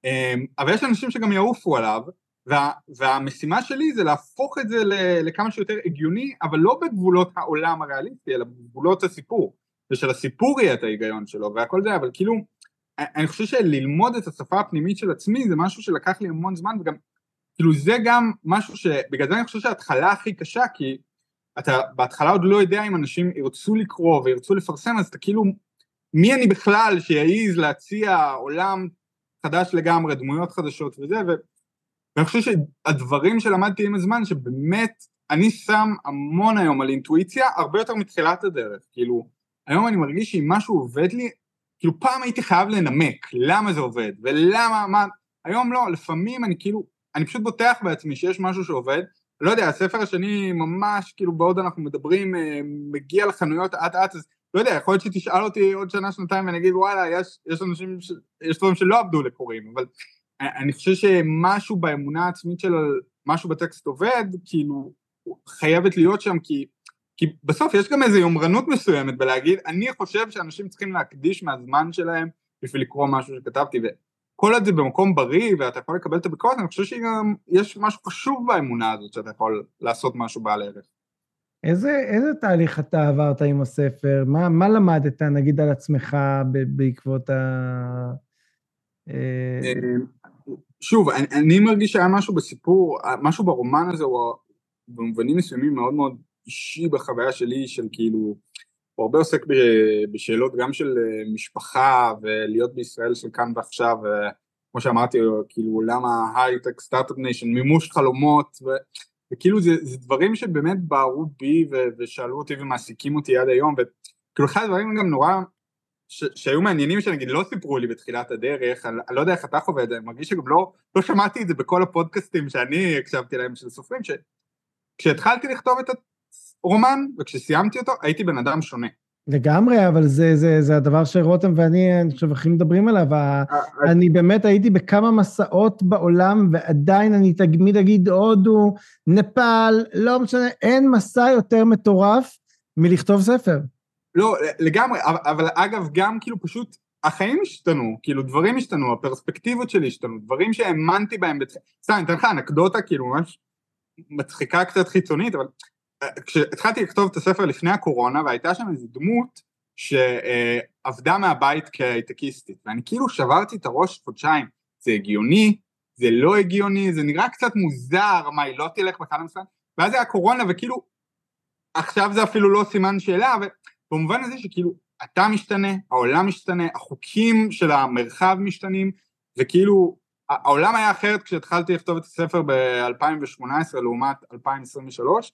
אבל יש אנשים שגם יעופו עליו, וה, והמשימה שלי זה להפוך את זה לכמה שיותר הגיוני, אבל לא בגבולות העולם הריאליסטי, אלא בגבולות הסיפור, ושל הסיפור יהיה את ההיגיון שלו, והכל זה, אבל כאילו, אני חושב שללמוד את השפה הפנימית של עצמי, זה משהו שלקח לי המון זמן, וגם, כאילו זה גם משהו שבגלל זה אני חושב שההתחלה הכי קשה, כי אתה בהתחלה עוד לא יודע אם אנשים ירצו לקרוא וירצו לפרסם, אז אתה כאילו, מי אני בכלל שיעיז להציע עולם חדש לגמרי, דמויות חדשות וזה, ו... ואני חושב שהדברים שלמדתי עם הזמן, שבאמת אני שם המון היום על אינטואיציה, הרבה יותר מתחילת הדרך, כאילו, היום אני מרגיש שאם משהו עובד לי, כאילו פעם הייתי חייב לנמק, למה זה עובד, ולמה, מה, היום לא, לפעמים אני כאילו, אני פשוט בוטח בעצמי שיש משהו שעובד, לא יודע, הספר השני ממש, כאילו בעוד אנחנו מדברים, מגיע לחנויות עד עד, אז לא יודע, יכול להיות שתשאל אותי עוד שנה, שנתיים, ואני אגיד, וואלה, יש, יש אנשים, ש, יש דברים שלא עבדו לקוראים, אבל אני חושב שמשהו באמונה העצמית של משהו בטקסט עובד, כאילו, חייבת להיות שם, כי, כי בסוף יש גם איזו יומרנות מסוימת בלהגיד, אני חושב שאנשים צריכים להקדיש מהזמן שלהם בשביל לקרוא משהו שכתבתי, וכל עוד זה במקום בריא, ואתה יכול לקבל את הביקורת, אני חושב שגם יש משהו חשוב באמונה הזאת, שאתה יכול לעשות משהו בעל ערך. איזה, איזה תהליך אתה עברת עם הספר? מה, מה למדת, נגיד, על עצמך בעקבות ה... שוב, אני, אני מרגיש שהיה משהו בסיפור, משהו ברומן הזה, הוא במובנים מסוימים מאוד מאוד אישי בחוויה שלי, של כאילו, הוא הרבה עוסק בשאלות גם של משפחה, ולהיות בישראל של כאן ועכשיו, וכמו שאמרתי, כאילו, למה הייטק, סטארט-אפ ניישן, מימוש חלומות, ו, וכאילו זה, זה דברים שבאמת בערו בי, ו, ושאלו אותי ומעסיקים אותי עד היום, וכאילו אחד הדברים גם נורא, ש, שהיו מעניינים שנגיד לא סיפרו לי בתחילת הדרך, אני, אני לא יודע איך אתה חווה את זה, אני מרגיש שגם לא, לא שמעתי את זה בכל הפודקאסטים שאני הקשבתי להם של סופרים, שכשהתחלתי לכתוב את הרומן, וכשסיימתי אותו, הייתי בן אדם שונה. לגמרי, אבל זה, זה, זה הדבר שרותם ואני, אני חושב, הכי מדברים עליו, אני באמת הייתי בכמה מסעות בעולם, ועדיין אני תמיד אגיד הודו, נפאל, לא משנה, אין מסע יותר מטורף מלכתוב ספר. לא, לגמרי, אבל אגב, גם כאילו פשוט, החיים השתנו, כאילו דברים השתנו, הפרספקטיבות שלי השתנו, דברים שהאמנתי בהם, סתם, אני אתן לך אנקדוטה, כאילו ממש מצחיקה קצת חיצונית, אבל כשהתחלתי לכתוב את הספר לפני הקורונה, והייתה שם איזו דמות שעבדה מהבית כהייטקיסטית, ואני כאילו שברתי את הראש חודשיים, זה הגיוני, זה לא הגיוני, זה נראה קצת מוזר, מה היא לא תלך בכלל למסע, ואז היה קורונה, וכאילו, עכשיו זה אפילו לא סימן שאלה, ובמובן הזה שכאילו, אתה משתנה, העולם משתנה, החוקים של המרחב משתנים, וכאילו, העולם היה אחרת כשהתחלתי לכתוב את הספר ב-אלפיים שמונה עשרה לעומת אלפיים עשרים ושלוש,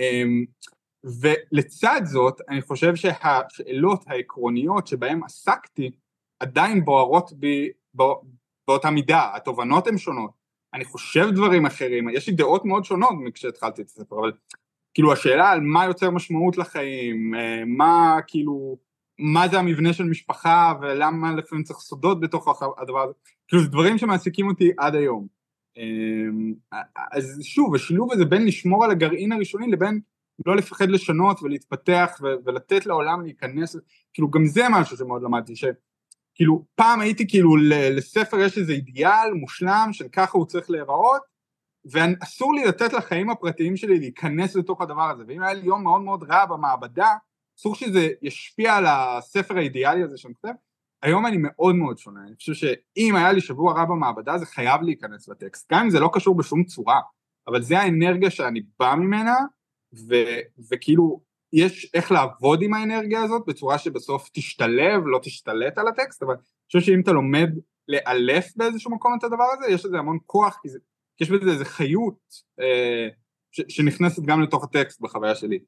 ולצד זאת, אני חושב שהשאלות העקרוניות שבהן עסקתי, עדיין בוערות בי, באותה מידה, התובנות הן שונות, אני חושב דברים אחרים, יש לי דעות מאוד שונות כשהתחלתי את הספר, אבל כאילו השאלה על מה יוצר משמעות לחיים, מה כאילו, מה זה המבנה של משפחה, ולמה לפעמים צריך סודות בתוך הדבר הזה, כאילו זה דברים שמעסיקים אותי עד היום. אז שוב, השילוב הזה בין לשמור על הגרעין הראשוני, לבין לא לפחד לשנות ולהתפתח ולתת לעולם להיכנס, כאילו גם זה משהו שמאוד למדתי, שכאילו פעם הייתי כאילו לספר יש איזה אידיאל מושלם של ככה הוא צריך להיראות, ואסור לי לתת לחיים הפרטיים שלי להיכנס לתוך הדבר הזה, ואם היה לי יום מאוד מאוד רע במעבדה, אסור שזה ישפיע על הספר האידיאלי הזה שאני כותב, היום אני מאוד מאוד שונה, אני חושב שאם היה לי שבוע רע במעבדה, זה חייב להיכנס לטקסט, גם אם זה לא קשור בשום צורה, אבל זה האנרגיה שאני בא ממנה, ו- וכאילו, יש איך לעבוד עם האנרגיה הזאת, בצורה שבסוף תשתלב, לא תשתלט על הטקסט, אבל אני חושב שאם אתה לומד לאלף באיזשהו מקום את הדבר הזה, יש לזה המון כוח, כי, זה, כי יש בזה איזו חיות, אה, ש, שנכנסת גם לתוך הטקסט בחוויה שלי.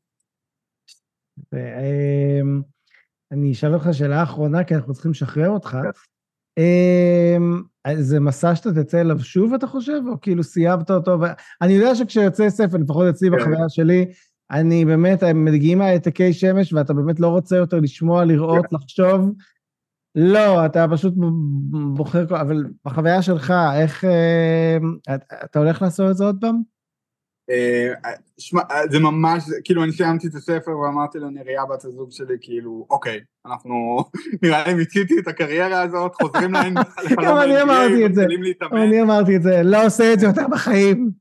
אני אשאל אותך שאלה האחרונה, כי אנחנו צריכים לשחרר אותך. זה מסע שאתה תצא אליו שוב, אתה חושב? או כאילו סיימת אותו? אני יודע שכשיוצא ספר, לפחות אצלי בחוויה שלי, אני באמת, הם מגיעים העתקי שמש, ואתה באמת לא רוצה יותר לשמוע, לראות, לחשוב. לא, אתה פשוט בוחר, אבל בחוויה שלך, איך, אתה הולך לעשות את זה עוד פעם? שמע, זה ממש, כאילו אני סיימתי את הספר ואמרתי לנריה בת הזוג שלי, כאילו, אוקיי, אנחנו נראה לי מיציתי את הקריירה הזאת, חוזרים להם גם אני אמרתי את זה, אני אמרתי את זה, לא עושה את זה יותר בחיים.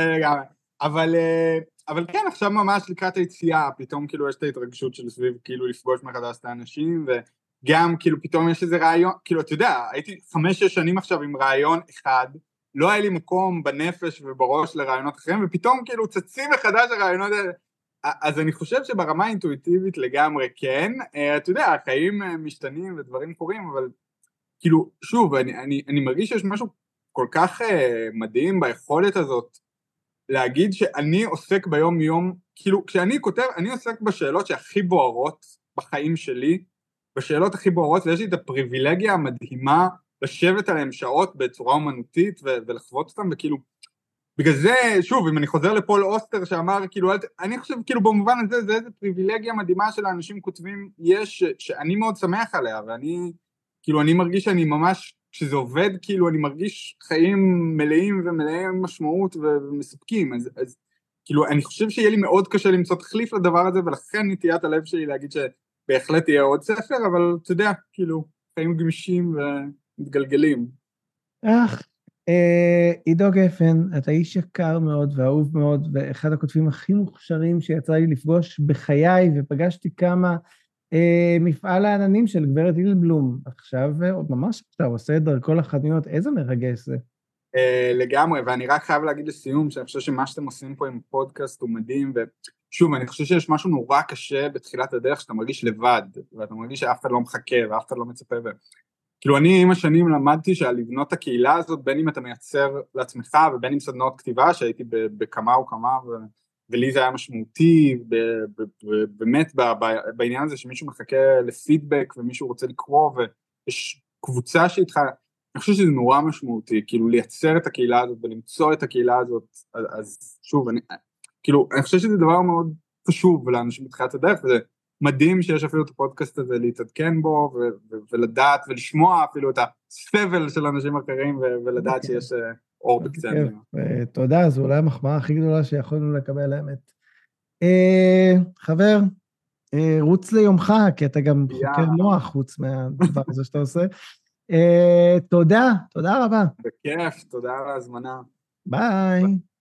אבל, אבל כן, עכשיו ממש לקראת היציאה, פתאום כאילו יש את ההתרגשות של סביב, כאילו לפגוש מחדש את האנשים, וגם כאילו פתאום יש איזה רעיון, כאילו אתה יודע, הייתי חמש שש שנים עכשיו עם רעיון אחד, לא היה לי מקום בנפש ובראש לרעיונות אחרים, ופתאום כאילו צצים מחדש הרעיונות האלה. אז אני חושב שברמה האינטואיטיבית לגמרי כן, אתה יודע, החיים משתנים ודברים קורים, אבל כאילו, שוב, אני, אני, אני מרגיש שיש משהו כל כך מדהים ביכולת הזאת, להגיד שאני עוסק ביום יום, כאילו, כשאני כותב, אני עוסק בשאלות שהכי בוערות בחיים שלי, בשאלות הכי בוערות, ויש לי את הפריבילגיה המדהימה, לשבת עליהם שעות בצורה אומנותית ו- ולחוות אותם, וכאילו, בגלל זה, שוב, אם אני חוזר לפול אוסטר שאמר, כאילו, אני חושב, כאילו, במובן הזה, זה איזה פריבילגיה מדהימה של האנשים כותבים, יש, ש- שאני מאוד שמח עליה, ואני, כאילו, אני מרגיש שאני ממש, כשזה עובד, כאילו, אני מרגיש חיים מלאים ומלאי משמעות ו- ומספקים, אז, אז, כאילו, אני חושב שיהיה לי מאוד קשה למצוא תחליף לדבר הזה, ולכן נטיית הלב שלי להגיד שבהחלט יהיה עוד ספר, אבל אתה יודע, כאילו, חיים גמישים ו... מתגלגלים. אך, אה, עידו גפן, אתה איש יקר מאוד ואהוב מאוד, ואחד הכותבים הכי מוכשרים שיצא לי לפגוש בחיי, ופגשתי כמה אה, מפעל העננים של גברת הילבלום. עכשיו, עוד ממש אתה עושה את דרכו לחנויות, איזה מרגש זה. אה, לגמרי, ואני רק חייב להגיד לסיום, שאני חושב שמה שאתם עושים פה עם פודקאסט הוא מדהים, ושוב, אני חושב שיש משהו נורא קשה בתחילת הדרך, שאתה מרגיש לבד, ואתה מרגיש שאף אחד לא מחכה, ואף אחד לא מצפה, ו... כאילו אני עם השנים למדתי שלבנות הקהילה הזאת, בין אם אתה מייצר לעצמך, ובין אם סדנאות כתיבה, שהייתי בכמה או כמה, ו... ולי זה היה משמעותי, באמת בעניין הזה שמישהו מחכה לפידבק, ומישהו רוצה לקרוא, ויש קבוצה שאיתך, אני חושב שזה נורא משמעותי, כאילו לייצר את הקהילה הזאת, ולמצוא את הקהילה הזאת, אז שוב, אני, כאילו, אני חושב שזה דבר מאוד חשוב לאנשים בתחילת הדרך, וזה מדהים שיש אפילו את הפודקאסט הזה להתעדכן בו, ו- ו- ולדעת ולשמוע אפילו את הסבל של אנשים אחרים, ו- ולדעת שיש אור בקצה. תודה, זו אולי המחמאה הכי גדולה שיכולנו לקבל האמת. חבר, רוץ ליומך, כי אתה גם חוקר מוח חוץ מהדבר הזה שאתה עושה. תודה, תודה רבה. בכיף, תודה על ההזמנה. ביי.